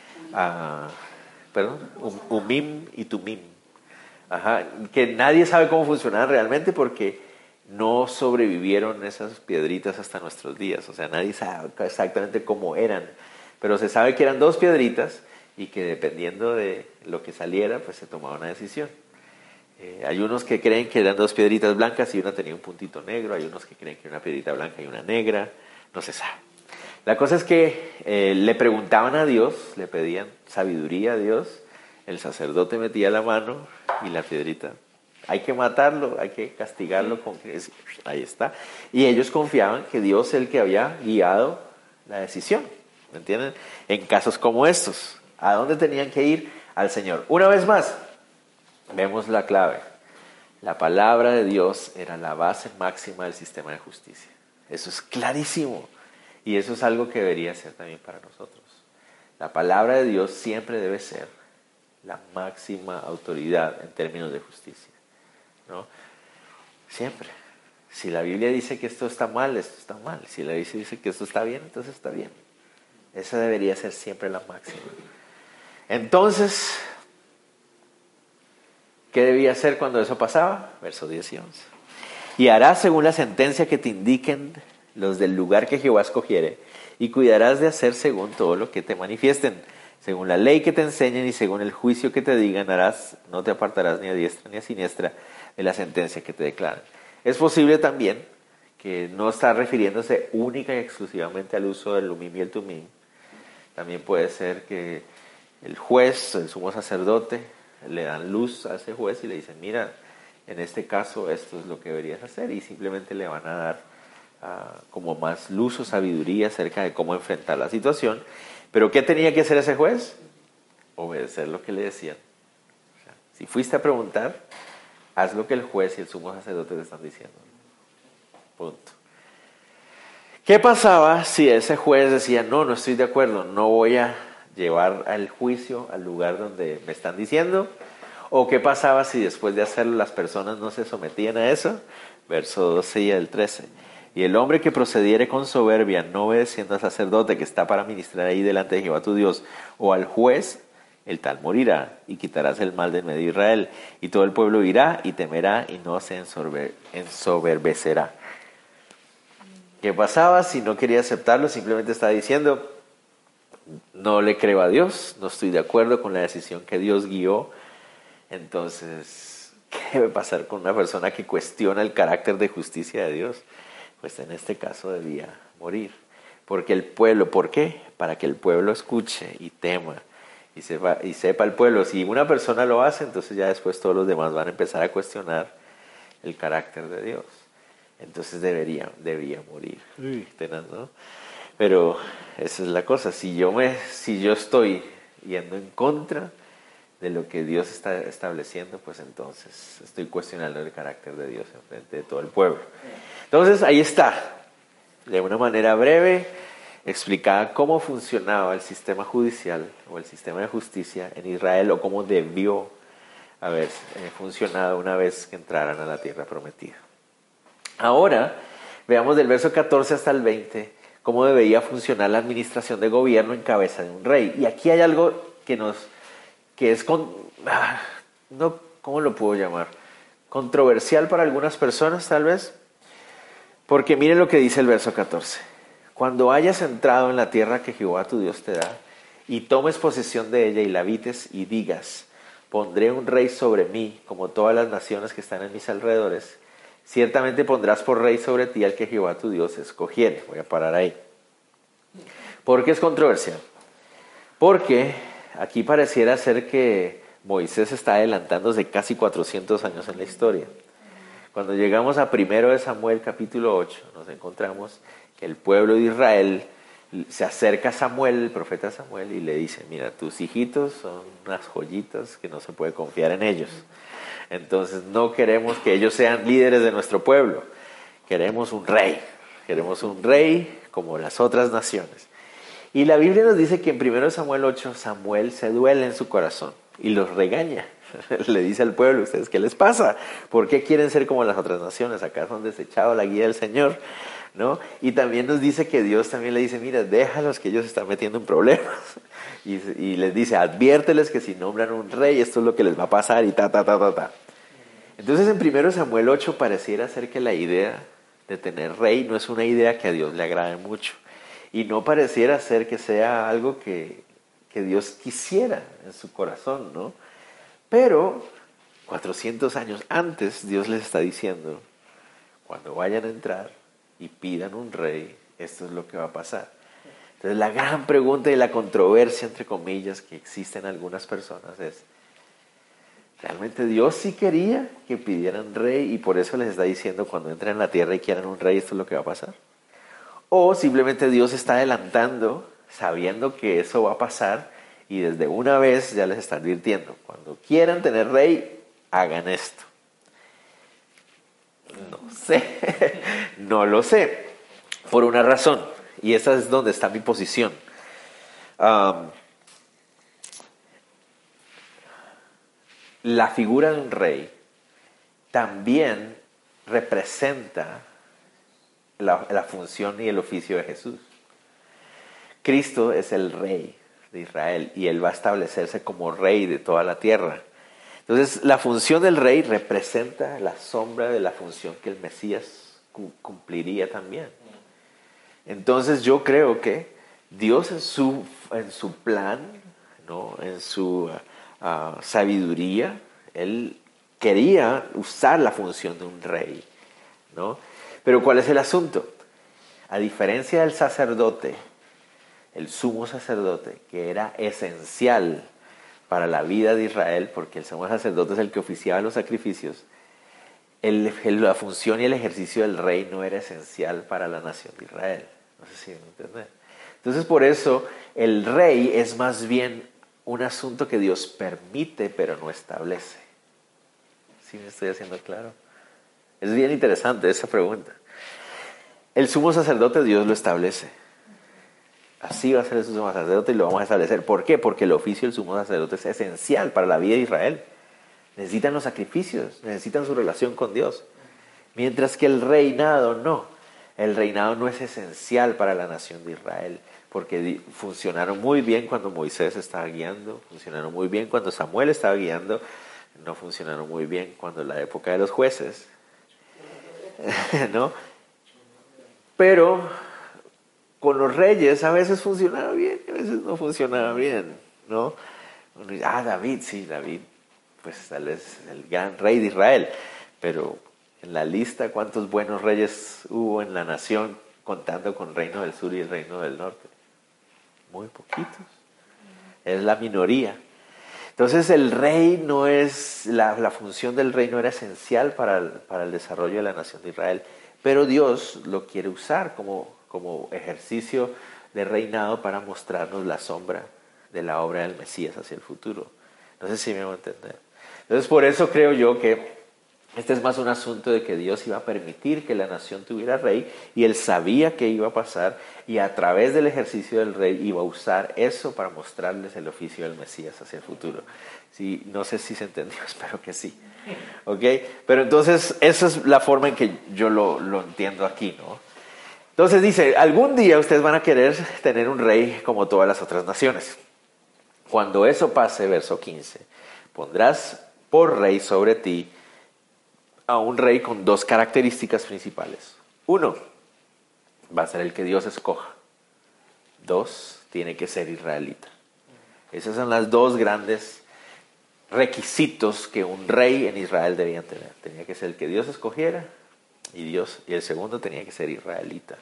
Umim y Tumim. Que nadie sabe cómo funcionan realmente porque no sobrevivieron esas piedritas hasta nuestros días. O sea, nadie sabe exactamente cómo eran. Pero se sabe que eran dos piedritas y que dependiendo de lo que saliera, pues se tomaba una decisión. Hay unos que creen que eran dos piedritas blancas y una tenía un puntito negro. Hay unos que creen que era una piedrita blanca y una negra. No se sabe. La cosa es que le preguntaban a Dios, le pedían sabiduría a Dios. El sacerdote metía la mano y la piedrita. Hay que matarlo, hay que castigarlo. Ahí está. Y ellos confiaban que Dios es el que había guiado la decisión. ¿Me entienden? En casos como estos, ¿a dónde tenían que ir? Al Señor. Una vez más, vemos la clave. La palabra de Dios era la base máxima del sistema de justicia. Eso es clarísimo. Y eso es algo que debería ser también para nosotros. La palabra de Dios siempre debe ser la máxima autoridad en términos de justicia, ¿no? Siempre. Si la Biblia dice que esto está mal, esto está mal. Si la Biblia dice que esto está bien, entonces está bien. Esa debería ser siempre la máxima. Entonces, ¿qué debía hacer cuando eso pasaba? Versos 10 y 11. Y harás según la sentencia que te indiquen los del lugar que Jehová escogiere, y cuidarás de hacer según todo lo que te manifiesten, según la ley que te enseñen y según el juicio que te digan harás, no te apartarás ni a diestra ni a siniestra de la sentencia que te declaran. Es posible también que no está refiriéndose única y exclusivamente al uso del Umim y el Tumim. También puede ser que el juez, el sumo sacerdote, le dan luz a ese juez y le dicen, mira, en este caso esto es lo que deberías hacer, y simplemente le van a dar como más luz o sabiduría acerca de cómo enfrentar la situación. Pero ¿qué tenía que hacer ese juez? Obedecer lo que le decían. O sea, si fuiste a preguntar, haz lo que el juez y el sumo sacerdote te están diciendo. Punto. ¿Qué pasaba si ese juez decía, no estoy de acuerdo, no voy a llevar al juicio al lugar donde me están diciendo? ¿O qué pasaba si después de hacerlo las personas no se sometían a eso? Verso 12 y el 13. Y el hombre que procediere con soberbia, no obedeciendo al sacerdote que está para ministrar ahí delante de Jehová tu Dios, o al juez, el tal morirá, y quitarás el mal del medio de Israel. Y todo el pueblo irá y temerá y no se ensoberbecerá. ¿Qué pasaba si no quería aceptarlo? Simplemente estaba diciendo, no le creo a Dios, no estoy de acuerdo con la decisión que Dios guió. Entonces, ¿qué debe pasar con una persona que cuestiona el carácter de justicia de Dios? Pues en este caso debía morir. Porque el pueblo, ¿por qué? Para que el pueblo escuche y tema y sepa el pueblo. Si una persona lo hace, entonces ya después todos los demás van a empezar a cuestionar el carácter de Dios. Entonces debía morir. Tenaz, ¿no? Pero esa es la cosa. Si yo estoy yendo en contra de lo que Dios está estableciendo, pues entonces estoy cuestionando el carácter de Dios en frente de todo el pueblo. Entonces ahí está, de una manera breve, explicada cómo funcionaba el sistema judicial o el sistema de justicia en Israel, o cómo debió haber funcionado una vez que entraran a la tierra prometida. Ahora, veamos del verso 14 hasta el 20, cómo debería funcionar la administración de gobierno en cabeza de un rey. Y aquí hay algo que es no, ¿cómo lo puedo llamar? Controversial para algunas personas, tal vez. Porque miren lo que dice el verso 14. Cuando hayas entrado en la tierra que Jehová tu Dios te da, y tomes posesión de ella y la habites, y digas, pondré un rey sobre mí, como todas las naciones que están en mis alrededores, ciertamente pondrás por rey sobre ti al que Jehová tu Dios escogiere. Voy a parar ahí. ¿Por qué es controversial? Porque aquí pareciera ser que Moisés está adelantándose casi 400 años en la historia. Cuando llegamos a 1 Samuel capítulo 8, nos encontramos que el pueblo de Israel se acerca a Samuel, el profeta Samuel, y le dice, mira, tus hijitos son unas joyitas que no se puede confiar en ellos. Entonces no queremos que ellos sean líderes de nuestro pueblo. Queremos un rey como las otras naciones. Y la Biblia nos dice que en 1 Samuel 8, Samuel se duele en su corazón y los regaña. Le dice al pueblo, ¿ustedes qué les pasa? ¿Por qué quieren ser como las otras naciones? ¿Acaso han desechado la guía del Señor? ¿No? Y también nos dice que Dios también le dice, mira, déjalos que ellos se están metiendo en problemas. Y les dice, adviérteles que si nombran un rey, esto es lo que les va a pasar y ta. Entonces en 1 Samuel 8 pareciera ser que la idea de tener rey no es una idea que a Dios le agrade mucho. Y no pareciera ser que sea algo que Dios quisiera en su corazón, ¿no? Pero 400 años antes Dios les está diciendo, cuando vayan a entrar y pidan un rey, esto es lo que va a pasar. Entonces la gran pregunta y la controversia, entre comillas, que existe en algunas personas es, ¿realmente Dios sí quería que pidieran rey y por eso les está diciendo cuando entren en la tierra y quieran un rey, esto es lo que va a pasar? ¿O simplemente Dios está adelantando, sabiendo que eso va a pasar y desde una vez ya les está advirtiendo, cuando quieran tener rey, hagan esto? No sé, no lo sé, por una razón, y esa es donde está mi posición. La figura de un rey también representa la función y el oficio de Jesús. Cristo es el rey de Israel y Él va a establecerse como rey de toda la tierra. Entonces, la función del rey representa la sombra de la función que el Mesías cumpliría también. Entonces, yo creo que Dios en su plan, ¿no? En su sabiduría, Él quería usar la función de un rey, ¿no? Pero ¿cuál es el asunto? A diferencia del sacerdote, el sumo sacerdote, que era esencial para la vida de Israel, porque el sumo sacerdote es el que oficiaba los sacrificios, la función y el ejercicio del rey no era esencial para la nación de Israel. No sé si me entienden. Entonces, por eso, el rey es más bien un asunto que Dios permite, pero no establece. ¿Sí me estoy haciendo claro? Es bien interesante esa pregunta. El sumo sacerdote Dios lo establece. Así va a ser el sumo sacerdote y lo vamos a establecer. ¿Por qué? Porque el oficio del sumo sacerdote es esencial para la vida de Israel. Necesitan los sacrificios, necesitan su relación con Dios. Mientras que el reinado no. El reinado no es esencial para la nación de Israel, porque funcionaron muy bien cuando Moisés estaba guiando, funcionaron muy bien cuando Samuel estaba guiando, no funcionaron muy bien cuando en la época de los jueces, ¿no? Pero con los reyes a veces funcionaba bien, a veces no funcionaba bien, ¿no? Uno dice, David, sí, David, pues tal vez el gran rey de Israel, pero en la lista, ¿cuántos buenos reyes hubo en la nación contando con Reino del Sur y el Reino del Norte? Muy poquitos. Es la minoría. Entonces el rey no es, la función del rey no era esencial para el desarrollo de la nación de Israel, pero Dios lo quiere usar como ejercicio de reinado para mostrarnos la sombra de la obra del Mesías hacia el futuro. No sé si me voy a entender. Entonces por eso creo yo que este es más un asunto de que Dios iba a permitir que la nación tuviera rey y él sabía que iba a pasar y a través del ejercicio del rey iba a usar eso para mostrarles el oficio del Mesías hacia el futuro. Sí, no sé si se entendió, espero que sí. ¿Ok? Pero entonces esa es la forma en que yo lo entiendo aquí, ¿no? Entonces dice, algún día ustedes van a querer tener un rey como todas las otras naciones. Cuando eso pase, verso 15, pondrás por rey sobre ti a un rey con dos características principales. Uno, va a ser el que Dios escoja. Dos, tiene que ser israelita. Esos son los dos grandes requisitos que un rey en Israel debía tener. Tenía que ser el que Dios escogiera y el segundo tenía que ser israelita.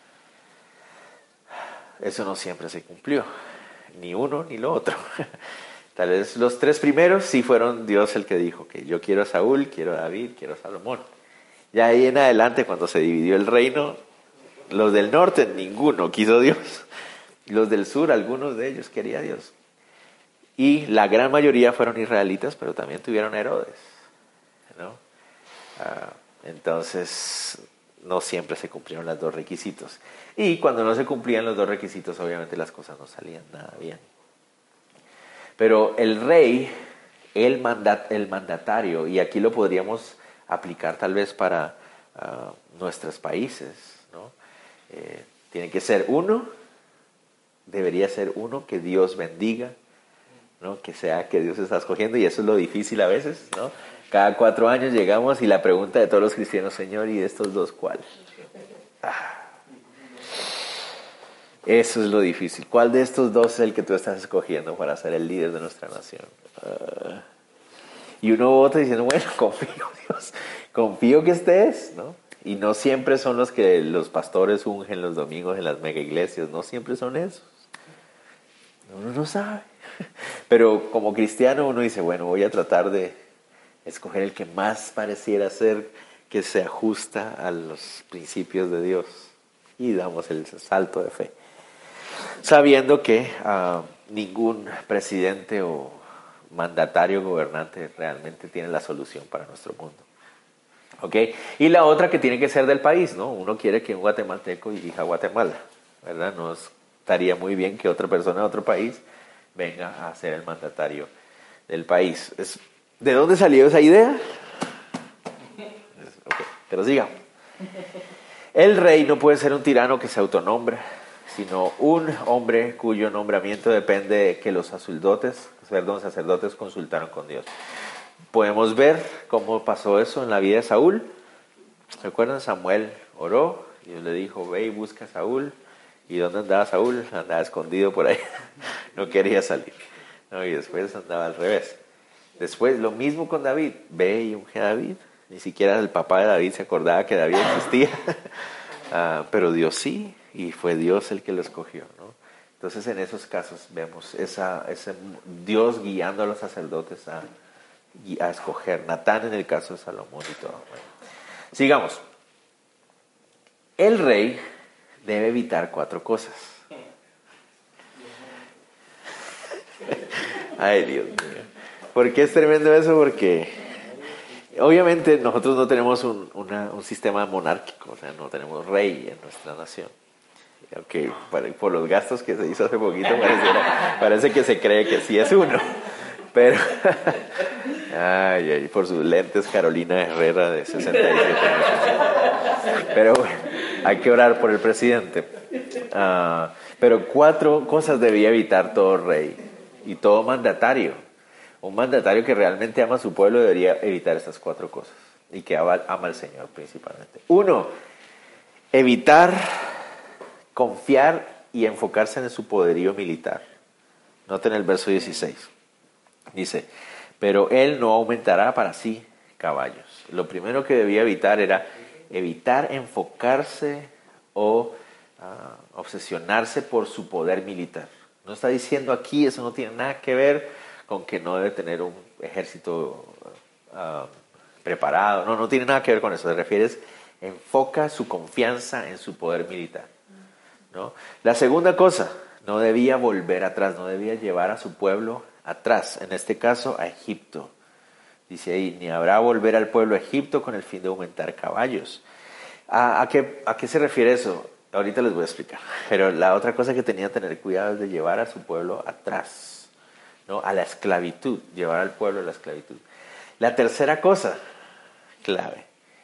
Eso no siempre se cumplió, ni uno ni lo otro. Tal vez los tres primeros sí fueron Dios el que dijo que yo quiero a Saúl, quiero a David, quiero a Salomón. Ya ahí en adelante, cuando se dividió el reino, los del norte ninguno quiso Dios. Los del sur, algunos de ellos quería a Dios. Y la gran mayoría fueron israelitas, pero también tuvieron Herodes, ¿no? Entonces, no siempre se cumplieron los dos requisitos. Y cuando no se cumplían los dos requisitos, obviamente las cosas no salían nada bien. Pero el rey, el mandatario, y aquí lo podríamos aplicar tal vez para nuestros países, ¿no? Tiene que ser debería ser uno que Dios bendiga, ¿no? Que sea que Dios está escogiendo, y eso es lo difícil a veces, ¿no? Cada 4 años llegamos y la pregunta de todos los cristianos, Señor, ¿y de estos dos cuál? Eso es lo difícil. ¿Cuál de estos dos es el que tú estás escogiendo para ser el líder de nuestra nación? Y uno u otro diciendo, bueno, confío, Dios, confío que estés, ¿no? Y no siempre son los que los pastores ungen los domingos en las mega iglesias, no siempre son esos. Uno no sabe. Pero como cristiano uno dice, bueno, voy a tratar de escoger el que más pareciera ser que se ajusta a los principios de Dios. Y damos el salto de fe. Sabiendo que ningún presidente o mandatario gobernante realmente tiene la solución para nuestro mundo. ¿Ok? Y la otra que tiene que ser del país, ¿no? Uno quiere que un guatemalteco dirija Guatemala, ¿verdad? No estaría muy bien que otra persona de otro país venga a ser el mandatario del país. ¿De dónde salió esa idea? Okay, pero sigamos. El rey no puede ser un tirano que se autonombra, sino un hombre cuyo nombramiento depende de que los sacerdotes consultaron con Dios. Podemos ver cómo pasó eso en la vida de Saúl. ¿Recuerdan? Samuel oró, Dios le dijo, ve y busca a Saúl. ¿Y dónde andaba Saúl? Andaba escondido por ahí, no quería salir, ¿no? Y después andaba al revés. Después lo mismo con David, ve y unge a David. Ni siquiera el papá de David se acordaba que David existía, pero Dios sí, y fue Dios el que lo escogió, ¿no? Entonces en esos casos vemos ese Dios guiando a los sacerdotes a escoger. Natán en el caso de Salomón y todo. Bueno, sigamos. El rey debe evitar 4 cosas. Ay, Dios mío. ¿Por qué es tremendo eso? Porque obviamente nosotros no tenemos un sistema monárquico, o sea, no tenemos rey en nuestra nación. Aunque por los gastos que se hizo hace poquito parece que se cree que sí es uno. Pero, por sus lentes Carolina Herrera de 67 años. Pero bueno, hay que orar por el presidente. Pero 4 cosas debía evitar todo rey y todo mandatario. Un mandatario que realmente ama a su pueblo debería evitar estas 4 cosas y que ama al Señor principalmente. 1, evitar confiar y enfocarse en su poderío militar. Noten el verso 16. Dice, pero él no aumentará para sí caballos. Lo primero que debía evitar era evitar enfocarse o obsesionarse por su poder militar. No está diciendo aquí, eso no tiene nada que ver con que no debe tener un ejército preparado. No tiene nada que ver con eso. Se refiere, enfoca su confianza en su poder militar, ¿no? La segunda cosa, no debía volver atrás, no debía llevar a su pueblo atrás, en este caso a Egipto. Dice ahí, ni habrá volver al pueblo a Egipto con el fin de aumentar caballos. ¿A qué se refiere eso? Ahorita les voy a explicar. Pero la otra cosa que tenía que tener cuidado es de llevar a su pueblo atrás, ¿no? A la esclavitud, llevar al pueblo a la esclavitud. La tercera cosa, clave,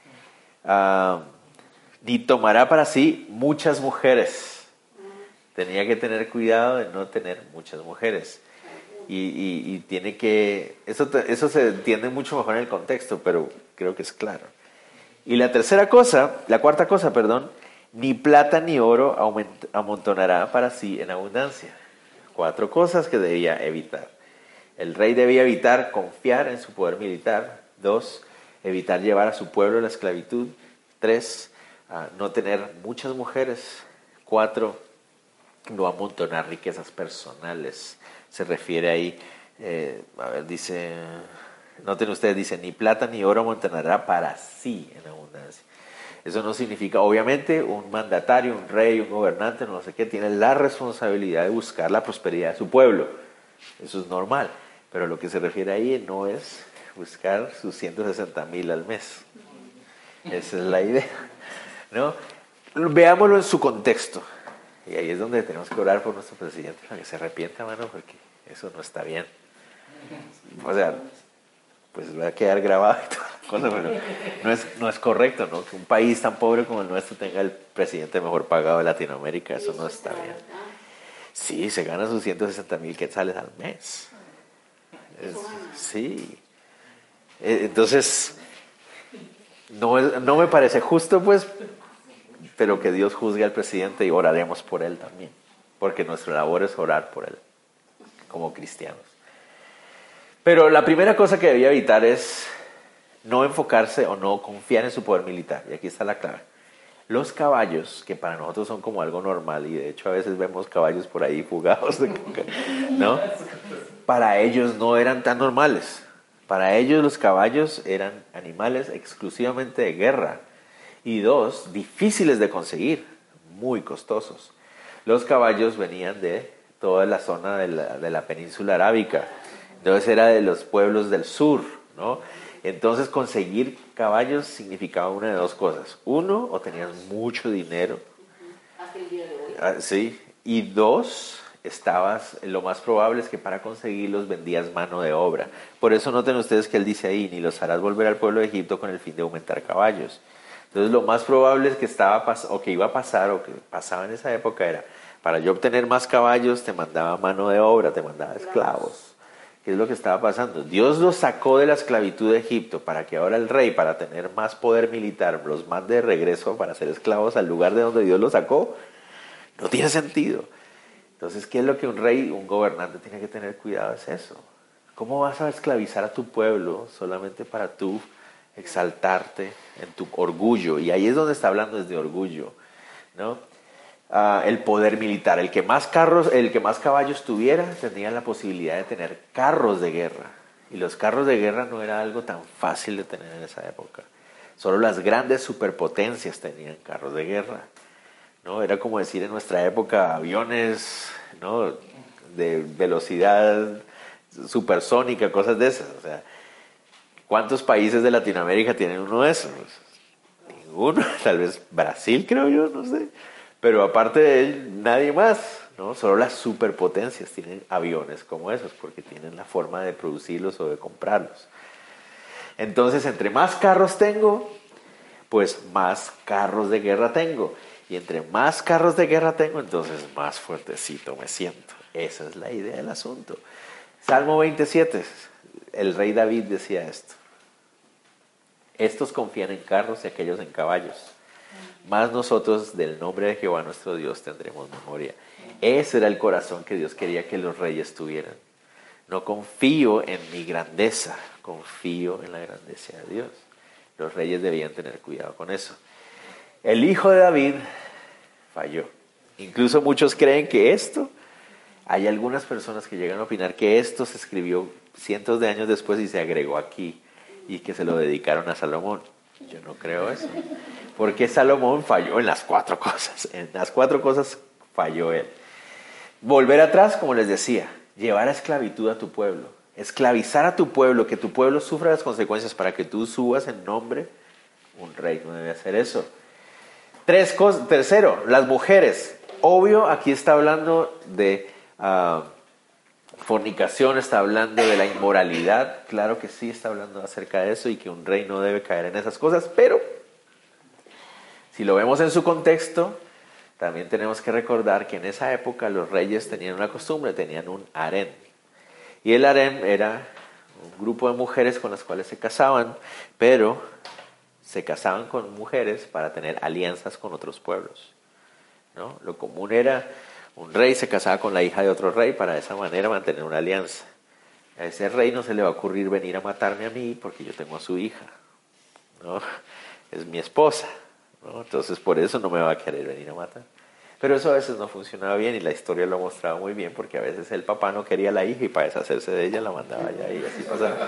ni tomará para sí muchas mujeres. Tenía que tener cuidado de no tener muchas mujeres. Y tiene que... Eso se entiende mucho mejor en el contexto, pero creo que es claro. Y la cuarta cosa, ni plata ni oro amontonará para sí en abundancia. 4 cosas que debía evitar. El rey debía evitar confiar en su poder militar. 2, evitar llevar a su pueblo a la esclavitud. 3, no tener muchas mujeres. 4, no amontonar riquezas personales. Se refiere ahí, dice, noten ustedes, dice, ni plata ni oro amontonará para sí en abundancia. Eso no significa, obviamente, un mandatario, un rey, un gobernante, no sé qué, tiene la responsabilidad de buscar la prosperidad de su pueblo. Eso es normal. Pero lo que se refiere ahí no es buscar sus 160,000 al mes. Esa es la idea, ¿no? Veámoslo en su contexto. Y ahí es donde tenemos que orar por nuestro presidente para que se arrepienta, mano, porque eso no está bien. O sea, pues va a quedar grabado y toda la cosa, pero no es correcto, ¿no? Que un país tan pobre como el nuestro tenga el presidente mejor pagado de Latinoamérica, eso no está bien. Sí, se gana sus 160,000 quetzales al mes. Sí. Entonces, no me parece justo, pues, pero que Dios juzgue al presidente y oraremos por él también, porque nuestra labor es orar por él como cristianos. Pero la primera cosa que debía evitar es no enfocarse o no confiar en su poder militar, y aquí está la clave. Los caballos, que para nosotros son como algo normal, y de hecho a veces vemos caballos por ahí fugados, ¿no? Para ellos no eran tan normales. Para ellos los caballos eran animales exclusivamente de guerra. Y 2, difíciles de conseguir, muy costosos. Los caballos venían de toda la zona de la península arábica. Entonces era de los pueblos del sur, ¿no? Entonces conseguir caballos significaba una de 2 cosas. 1, o tenías mucho dinero. Hasta el día de hoy. Sí. Y 2, lo más probable es que para conseguirlos vendías mano de obra. Por eso noten ustedes que él dice ahí, ni los harás volver al pueblo de Egipto con el fin de aumentar caballos. Entonces lo más probable es que iba a pasar o que pasaba en esa época era, para yo obtener más caballos te mandaba mano de obra, te mandaba esclavos. ¿Qué es lo que estaba pasando? Dios los sacó de la esclavitud de Egipto para que ahora el rey, para tener más poder militar, los mande de regreso para ser esclavos al lugar de donde Dios los sacó. No tiene sentido. Entonces, ¿qué es lo que un rey, un gobernante tiene que tener cuidado? Es eso. ¿Cómo vas a esclavizar a tu pueblo solamente para tú exaltarte en tu orgullo? Y ahí es donde está hablando desde orgullo, ¿no? El poder militar. El que más caballos tuviera, tendría la posibilidad de tener carros de guerra. Y los carros de guerra no era algo tan fácil de tener en esa época. Solo las grandes superpotencias tenían carros de guerra, ¿no? Era como decir en nuestra época aviones, ¿no? De velocidad supersónica, cosas de esas. O sea, ¿cuántos países de Latinoamérica tienen uno de esos? Ninguno. Tal vez Brasil, creo yo, no sé. Pero aparte de él, nadie más, ¿no? Solo las superpotencias tienen aviones como esos, porque tienen la forma de producirlos o de comprarlos. Entonces, entre más carros tengo, pues más carros de guerra tengo. Y entre más carros de guerra tengo, entonces más fuertecito me siento. Esa es la idea del asunto. Salmo 27, el rey David decía esto. Estos confían en carros y aquellos en caballos. Mas nosotros del nombre de Jehová nuestro Dios tendremos memoria. Ese era el corazón que Dios quería que los reyes tuvieran. No confío en mi grandeza, confío en la grandeza de Dios. Los reyes debían tener cuidado con eso. El hijo de David falló. Incluso muchos creen que hay algunas personas que llegan a opinar que esto se escribió cientos de años después y se agregó aquí y que se lo dedicaron a Salomón. Yo no creo eso. Porque Salomón falló en las 4 cosas. En las 4 cosas falló él. Volver atrás, como les decía, llevar a esclavitud a tu pueblo. Esclavizar a tu pueblo, que tu pueblo sufra las consecuencias para que tú subas en nombre. Un rey no debe hacer eso. Tercero, las mujeres. Obvio, aquí está hablando de fornicación, está hablando de la inmoralidad. Claro que sí, está hablando acerca de eso y que un rey no debe caer en esas cosas. Pero, si lo vemos en su contexto, también tenemos que recordar que en esa época los reyes tenían una costumbre, tenían un harén. Y el harén era un grupo de mujeres con las cuales se casaban, pero se casaban con mujeres para tener alianzas con otros pueblos, ¿no? Lo común era un rey se casaba con la hija de otro rey para de esa manera mantener una alianza. A ese rey no se le va a ocurrir venir a matarme a mí porque yo tengo a su hija, ¿no? Es mi esposa, ¿no? Entonces por eso no me va a querer venir a matar. Pero eso a veces no funcionaba bien y la historia lo ha mostrado muy bien porque a veces el papá no quería a la hija y para deshacerse de ella la mandaba allá y así pasaba.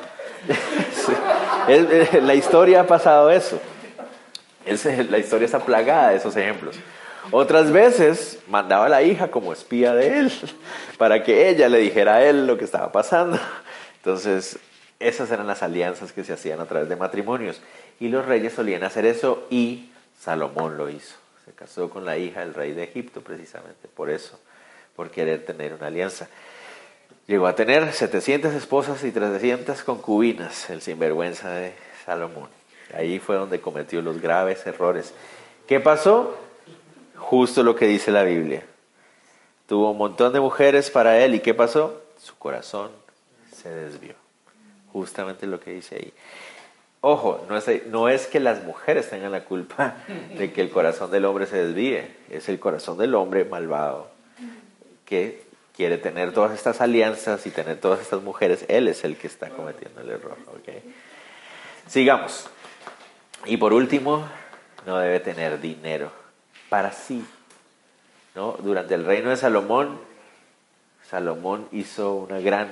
Sí. La historia ha pasado eso. La historia está plagada de esos ejemplos. Otras veces mandaba a la hija como espía de él para que ella le dijera a él lo que estaba pasando. Entonces, esas eran las alianzas que se hacían a través de matrimonios. Y los reyes solían hacer eso y Salomón lo hizo. Se casó con la hija del rey de Egipto precisamente por eso, por querer tener una alianza. Llegó a tener 700 esposas y 300 concubinas, el sinvergüenza de Salomón. Ahí fue donde cometió los graves errores. ¿Qué pasó? Justo lo que dice la Biblia. Tuvo un montón de mujeres para él. ¿Y qué pasó? Su corazón se desvió. Justamente lo que dice ahí. Ojo, no es que las mujeres tengan la culpa de que el corazón del hombre se desvíe. Es el corazón del hombre malvado que quiere tener todas estas alianzas y tener todas estas mujeres. Él es el que está cometiendo el error. ¿Okay? Sigamos. Y por último, no debe tener dinero para sí, ¿no? Durante el reino de Salomón, Salomón hizo una gran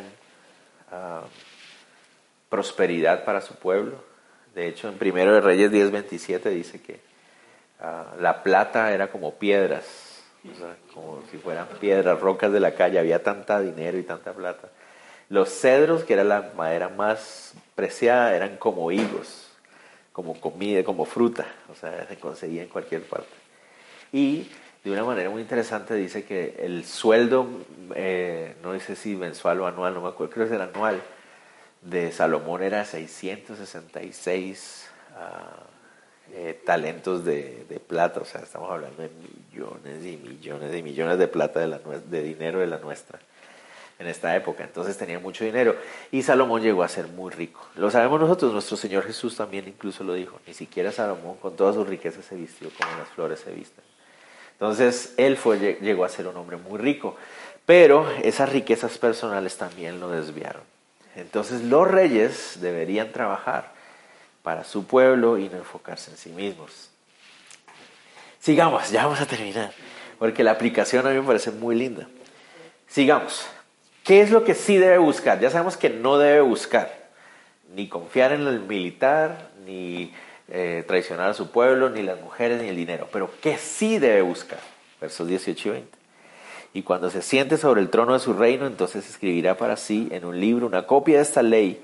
prosperidad para su pueblo. De hecho, en 1 de Reyes 10:27 dice que la plata era como piedras, o sea, como si fueran piedras, rocas de la calle. Había tanta dinero y tanta plata. Los cedros, que era la madera más preciada, eran como higos, como comida, como fruta, o sea, se conseguía en cualquier parte. Y de una manera muy interesante dice que el sueldo, no sé si mensual o anual, no me acuerdo, creo que era anual, de Salomón era 666 talentos de plata. O sea, estamos hablando de millones y millones y millones de plata de dinero de la nuestra en esta época. Entonces tenía mucho dinero y Salomón llegó a ser muy rico. Lo sabemos nosotros, nuestro Señor Jesús también incluso lo dijo. Ni siquiera Salomón con todas sus riquezas se vistió como las flores se visten. Entonces él llegó a ser un hombre muy rico, pero esas riquezas personales también lo desviaron. Entonces los reyes deberían trabajar para su pueblo y no enfocarse en sí mismos. Sigamos, ya vamos a terminar, porque la aplicación a mí me parece muy linda. Sigamos. ¿Qué es lo que sí debe buscar? Ya sabemos que no debe buscar ni confiar en el militar, ni traicionar a su pueblo, ni las mujeres, ni el dinero. Pero ¿qué sí debe buscar? Versos 18 y 20. Y cuando se siente sobre el trono de su reino, entonces escribirá para sí en un libro una copia de esta ley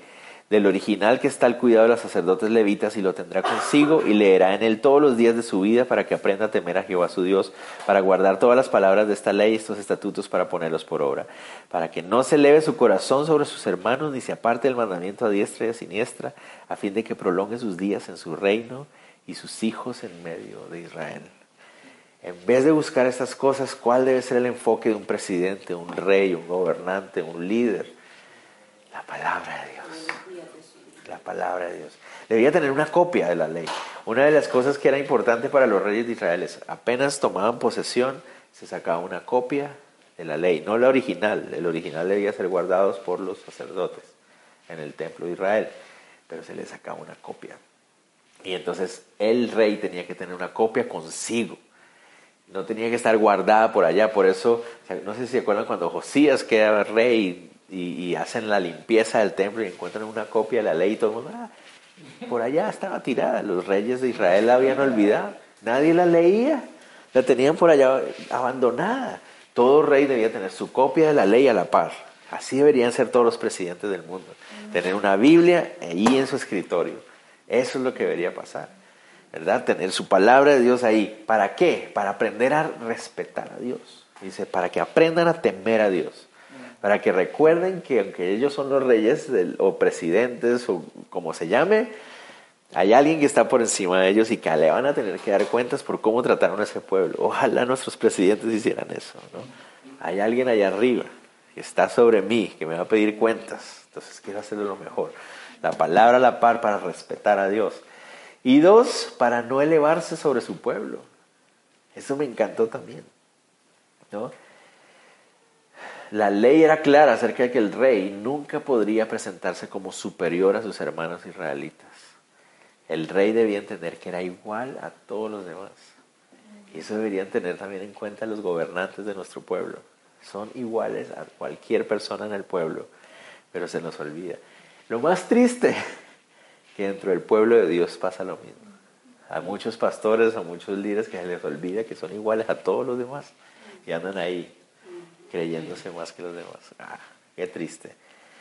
del original que está al cuidado de los sacerdotes levitas, y lo tendrá consigo y leerá en él todos los días de su vida, para que aprenda a temer a Jehová su Dios, para guardar todas las palabras de esta ley y estos estatutos, para ponerlos por obra, para que no se eleve su corazón sobre sus hermanos, ni se aparte del mandamiento a diestra y a siniestra, a fin de que prolongue sus días en su reino y sus hijos en medio de Israel. En vez de buscar estas cosas, ¿cuál debe ser el enfoque de un presidente, un rey, un gobernante, un líder? La palabra de Dios. La palabra de Dios. Debía tener una copia de la ley. Una de las cosas que era importante para los reyes de Israel es, apenas tomaban posesión, se sacaba una copia de la ley, no la original. El original debía ser guardado por los sacerdotes en el templo de Israel, pero se le sacaba una copia. Y entonces el rey tenía que tener una copia consigo. No tenía que estar guardada por allá. Por eso, no sé si se acuerdan cuando Josías queda rey y hacen la limpieza del templo y encuentran una copia de la ley y todo el mundo, por allá estaba tirada. Los reyes de Israel la habían olvidado. Nadie la leía. La tenían por allá abandonada. Todo rey debía tener su copia de la ley a la par. Así deberían ser todos los presidentes del mundo. Tener una Biblia ahí en su escritorio. Eso es lo que debería pasar, ¿verdad? Tener su palabra de Dios ahí. ¿Para qué? Para aprender a respetar a Dios. Dice, para que aprendan a temer a Dios. Para que recuerden que aunque ellos son los reyes o presidentes o como se llame, hay alguien que está por encima de ellos y que le van a tener que dar cuentas por cómo trataron a ese pueblo. Ojalá nuestros presidentes hicieran eso, ¿no? Hay alguien allá arriba que está sobre mí, que me va a pedir cuentas. Entonces quiero hacerlo lo mejor. La palabra a la par para respetar a Dios. Y 2, para no elevarse sobre su pueblo. Eso me encantó también, ¿no? La ley era clara acerca de que el rey nunca podría presentarse como superior a sus hermanos israelitas. El rey debía entender que era igual a todos los demás. Y eso deberían tener también en cuenta los gobernantes de nuestro pueblo. Son iguales a cualquier persona en el pueblo, pero se nos olvida. Lo más triste, que dentro del pueblo de Dios pasa lo mismo. A muchos pastores, a muchos líderes que se les olvida que son iguales a todos los demás y andan ahí creyéndose más que los demás. Qué triste.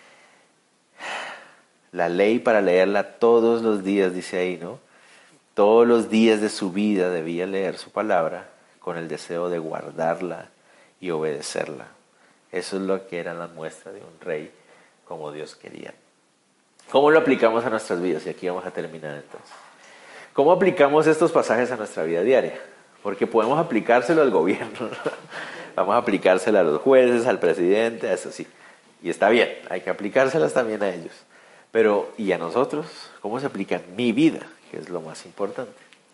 La ley para leerla todos los días, dice ahí, ¿no? Todos los días de su vida debía leer su palabra con el deseo de guardarla y obedecerla. Eso es lo que era la muestra de un rey como Dios quería. ¿Cómo lo aplicamos a nuestras vidas? Y aquí vamos a terminar entonces. ¿Cómo aplicamos estos pasajes a nuestra vida diaria? Porque podemos aplicárselo al gobierno, ¿no? Vamos a aplicárselo a los jueces, al presidente, a eso sí. Y está bien, hay que aplicárselas también a ellos. Pero, ¿y a nosotros? ¿Cómo se aplica en mi vida? Que es lo más importante.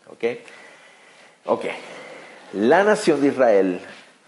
¿Ok? La nación de Israel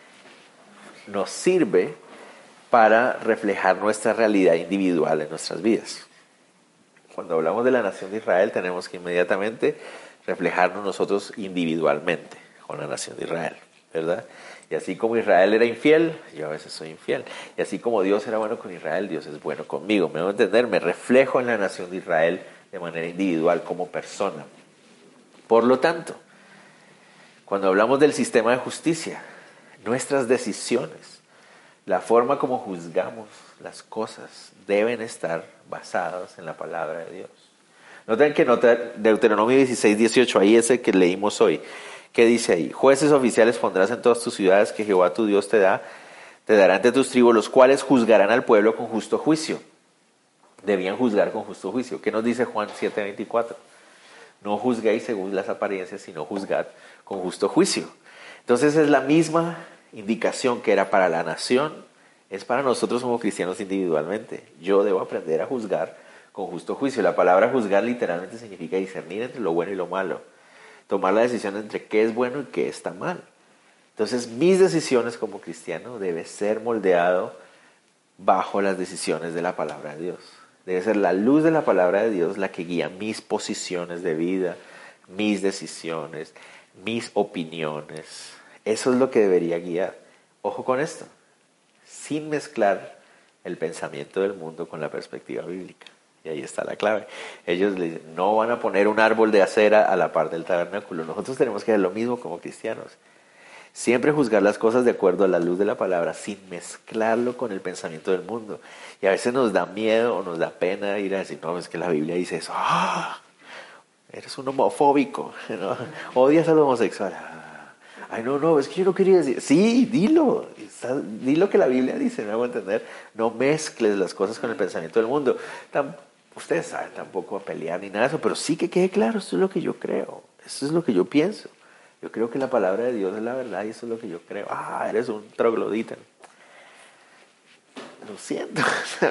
nos sirve para reflejar nuestra realidad individual en nuestras vidas. Cuando hablamos de la nación de Israel, tenemos que inmediatamente reflejarnos nosotros individualmente con la nación de Israel, ¿verdad? Y así como Israel era infiel, yo a veces soy infiel. Y así como Dios era bueno con Israel, Dios es bueno conmigo. ¿Me voy a entender? Me reflejo en la nación de Israel de manera individual como persona. Por lo tanto, cuando hablamos del sistema de justicia, nuestras decisiones, la forma como juzgamos las cosas deben estar basadas en la palabra de Dios. Noten que Deuteronomio 16, 18, ahí ese que leímos hoy. ¿Qué dice ahí? Jueces oficiales pondrás en todas tus ciudades que Jehová tu Dios te dará entre tus tribus, los cuales juzgarán al pueblo con justo juicio. Debían juzgar con justo juicio. ¿Qué nos dice Juan 7:24? No juzguéis según las apariencias, sino juzgad con justo juicio. Entonces es la misma indicación que era para la nación, es para nosotros como cristianos individualmente. Yo debo aprender a juzgar con justo juicio. La palabra juzgar literalmente significa discernir entre lo bueno y lo malo. Tomar la decisión entre qué es bueno y qué está mal. Entonces mis decisiones como cristiano deben ser moldeado bajo las decisiones de la palabra de Dios. Debe ser la luz de la palabra de Dios la que guía mis posiciones de vida, mis decisiones, mis opiniones. Eso es lo que debería guiar. Ojo con esto, sin mezclar el pensamiento del mundo con la perspectiva bíblica. Y ahí está la clave. Ellos le dicen, no van a poner un árbol de acera a la par del tabernáculo. Nosotros tenemos que hacer lo mismo como cristianos. Siempre juzgar las cosas de acuerdo a la luz de la palabra sin mezclarlo con el pensamiento del mundo. Y a veces nos da miedo o nos da pena ir a decir, no, es que la Biblia dice eso. ¡Ah! Eres un homofóbico, ¿no? Odias a los homosexuales. Ay, no, no, es que yo no quería decir. Sí, dilo. Di lo que la Biblia dice, me hago entender. No mezcles las cosas con el pensamiento del mundo. Ustedes saben, tampoco a pelear ni nada de eso, pero sí que quede claro, esto es lo que yo creo. Esto es lo que yo pienso. Yo creo que la palabra de Dios es la verdad y eso es lo que yo creo. Ah, eres un troglodita. Lo siento,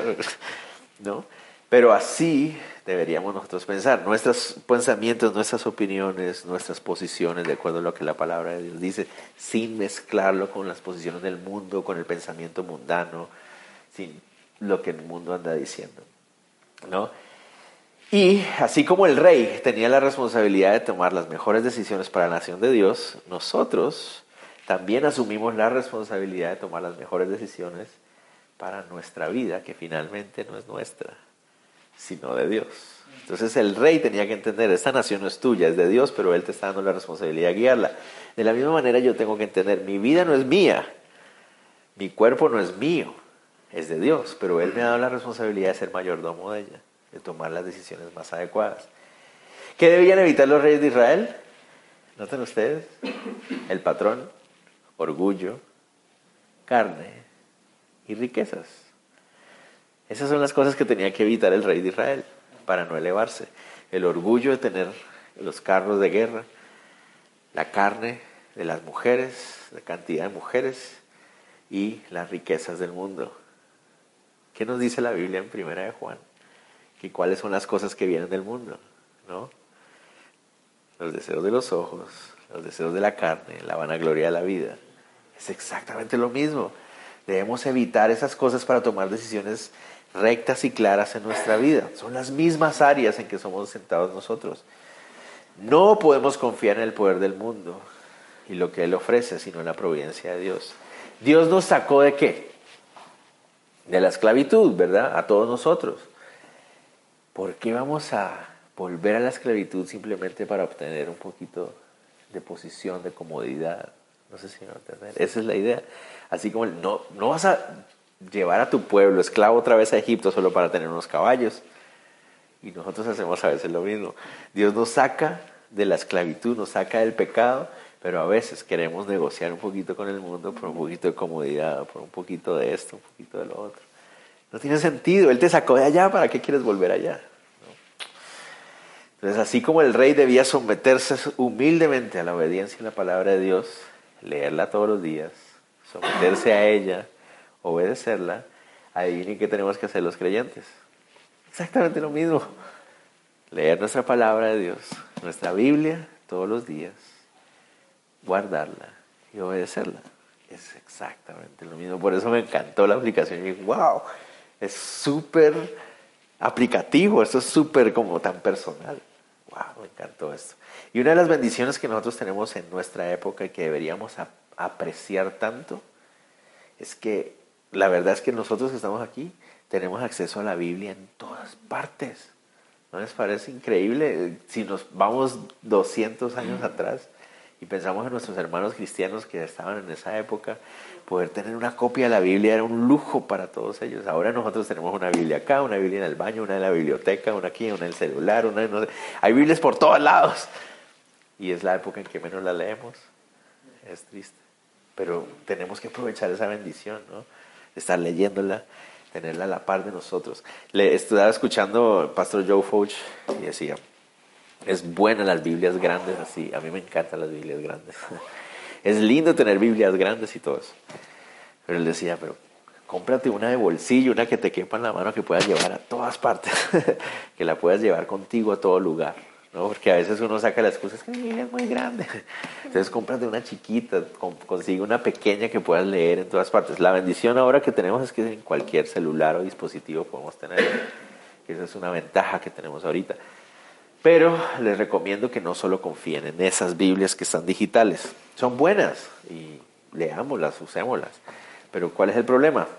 ¿no? Pero así deberíamos nosotros pensar. Nuestros pensamientos, nuestras opiniones, nuestras posiciones, de acuerdo a lo que la palabra de Dios dice, sin mezclarlo con las posiciones del mundo, con el pensamiento mundano, sin lo que el mundo anda diciendo, ¿no? Y así como el rey tenía la responsabilidad de tomar las mejores decisiones para la nación de Dios, nosotros también asumimos la responsabilidad de tomar las mejores decisiones para nuestra vida, que finalmente no es nuestra, sino de Dios. Entonces el rey tenía que entender, esta nación no es tuya, es de Dios, pero Él te está dando la responsabilidad de guiarla. De la misma manera yo tengo que entender, mi vida no es mía, mi cuerpo no es mío, es de Dios, pero Él me ha dado la responsabilidad de ser mayordomo de ella, de tomar las decisiones más adecuadas. ¿Qué debían evitar los reyes de Israel? ¿Notan ustedes? El patrón, orgullo, carne y riquezas. Esas son las cosas que tenía que evitar el rey de Israel para no elevarse. El orgullo de tener los carros de guerra, la carne de las mujeres, la cantidad de mujeres y las riquezas del mundo. ¿Qué nos dice la Biblia en Primera de Juan? Que cuáles son las cosas que vienen del mundo, ¿no? Los deseos de los ojos, los deseos de la carne, la vanagloria de la vida. Es exactamente lo mismo. Debemos evitar esas cosas para tomar decisiones rectas y claras en nuestra vida. Son las mismas áreas en que somos sentados nosotros. No podemos confiar en el poder del mundo y lo que Él ofrece, sino en la providencia de Dios. Dios nos sacó ¿de qué? De la esclavitud, ¿verdad? A todos nosotros. ¿Por qué vamos a volver a la esclavitud simplemente para obtener un poquito de posición, de comodidad? No sé si me va a entender. Esa es la idea. Así como no vas a llevar a tu pueblo esclavo otra vez a Egipto solo para tener unos caballos. Y nosotros hacemos a veces lo mismo. Dios nos saca de la esclavitud, nos saca del pecado, pero a veces queremos negociar un poquito con el mundo por un poquito de comodidad, por un poquito de esto, un poquito de lo otro. No tiene sentido. Él te sacó de allá, ¿para qué quieres volver allá? ¿No? Entonces, así como el rey debía someterse humildemente a la obediencia en la palabra de Dios, leerla todos los días, someterse a ella, obedecerla, adivinen qué tenemos que hacer los creyentes. Exactamente lo mismo. Leer nuestra palabra de Dios, nuestra Biblia, todos los días, guardarla y obedecerla. Es exactamente lo mismo. Por eso me encantó la aplicación. Y wow, es súper aplicativo, esto es súper como tan personal. Wow, me encantó esto. Y una de las bendiciones que nosotros tenemos en nuestra época y que deberíamos apreciar tanto es que la verdad es que nosotros que estamos aquí tenemos acceso a la Biblia en todas partes. ¿No les parece increíble? Si nos vamos 200 años atrás y pensamos en nuestros hermanos cristianos que estaban en esa época, poder tener una copia de la Biblia era un lujo para todos ellos. Ahora nosotros tenemos una Biblia acá, una Biblia en el baño, una en la biblioteca, una aquí, una en el celular, una en... No sé. Hay Biblias por todos lados. Y es la época en que menos la leemos. Es triste. Pero tenemos que aprovechar esa bendición, ¿no? Estar leyéndola, tenerla a la par de nosotros. Estaba escuchando al pastor Joe Focht y decía, es buena las Biblias grandes así. A mí me encantan las Biblias grandes. Es lindo tener Biblias grandes y todo eso. Pero él decía, pero cómprate una de bolsillo, una que te quepa en la mano, que puedas llevar a todas partes. Que la puedas llevar contigo a todo lugar, ¿no? Porque a veces uno saca la excusa, es que mi Biblia es muy grande. Entonces cómprate una chiquita, consigue una pequeña que puedas leer en todas partes. La bendición ahora que tenemos es que en cualquier celular o dispositivo podemos tener. Esa es una ventaja que tenemos ahorita. Pero les recomiendo que no solo confíen en esas Biblias que están digitales. Son buenas y leámoslas, usémoslas. Pero ¿cuál es el problema?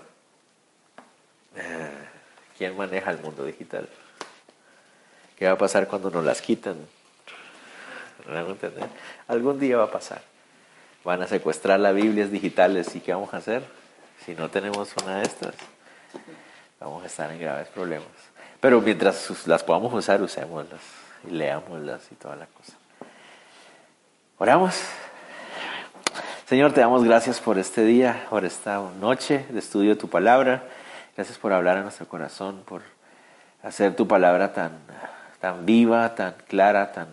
¿Quién maneja el mundo digital? ¿Qué va a pasar cuando nos las quitan? ¿No me entienden? Algún día va a pasar. van a secuestrar las Biblias digitales. ¿Y qué vamos a hacer? Si no tenemos una de estas, vamos a estar en graves problemas. Pero mientras las podamos usar, usémoslas y leámoslas y toda la cosa. Oramos. Señor, te damos gracias por este día, por esta noche de estudio de tu palabra. Gracias por hablar a nuestro corazón, por hacer tu palabra tan viva, tan clara, tan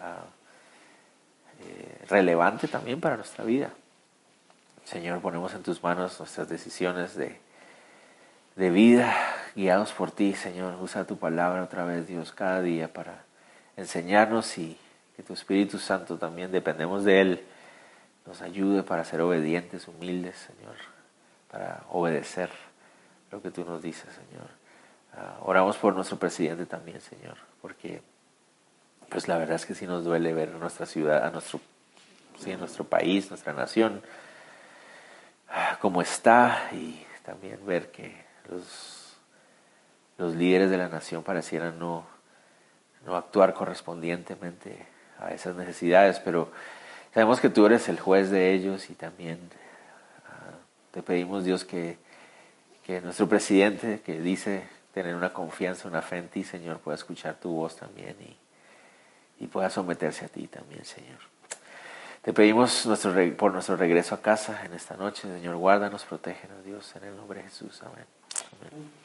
relevante también para nuestra vida. Señor, ponemos en tus manos nuestras decisiones de vida, guiados por ti, Señor. Usa tu palabra otra vez, Dios, cada día para enseñarnos, y que tu Espíritu Santo también, dependemos de Él, nos ayude para ser obedientes, humildes, Señor, para obedecer lo que tú nos dices, Señor. Oramos por nuestro presidente también, Señor, porque pues la verdad es que sí nos duele ver nuestra ciudad, nuestro país, nuestra nación, cómo está, y también ver que los líderes de la nación parecieran no actuar correspondientemente a esas necesidades, pero sabemos que tú eres el juez de ellos, y también te pedimos, Dios, que nuestro presidente, que dice tener una confianza, una fe en ti, Señor, pueda escuchar tu voz también y pueda someterse a ti también, Señor. Te pedimos por nuestro regreso a casa en esta noche, Señor, guárdanos, protégenos, Dios, en el nombre de Jesús. Amén. Amén.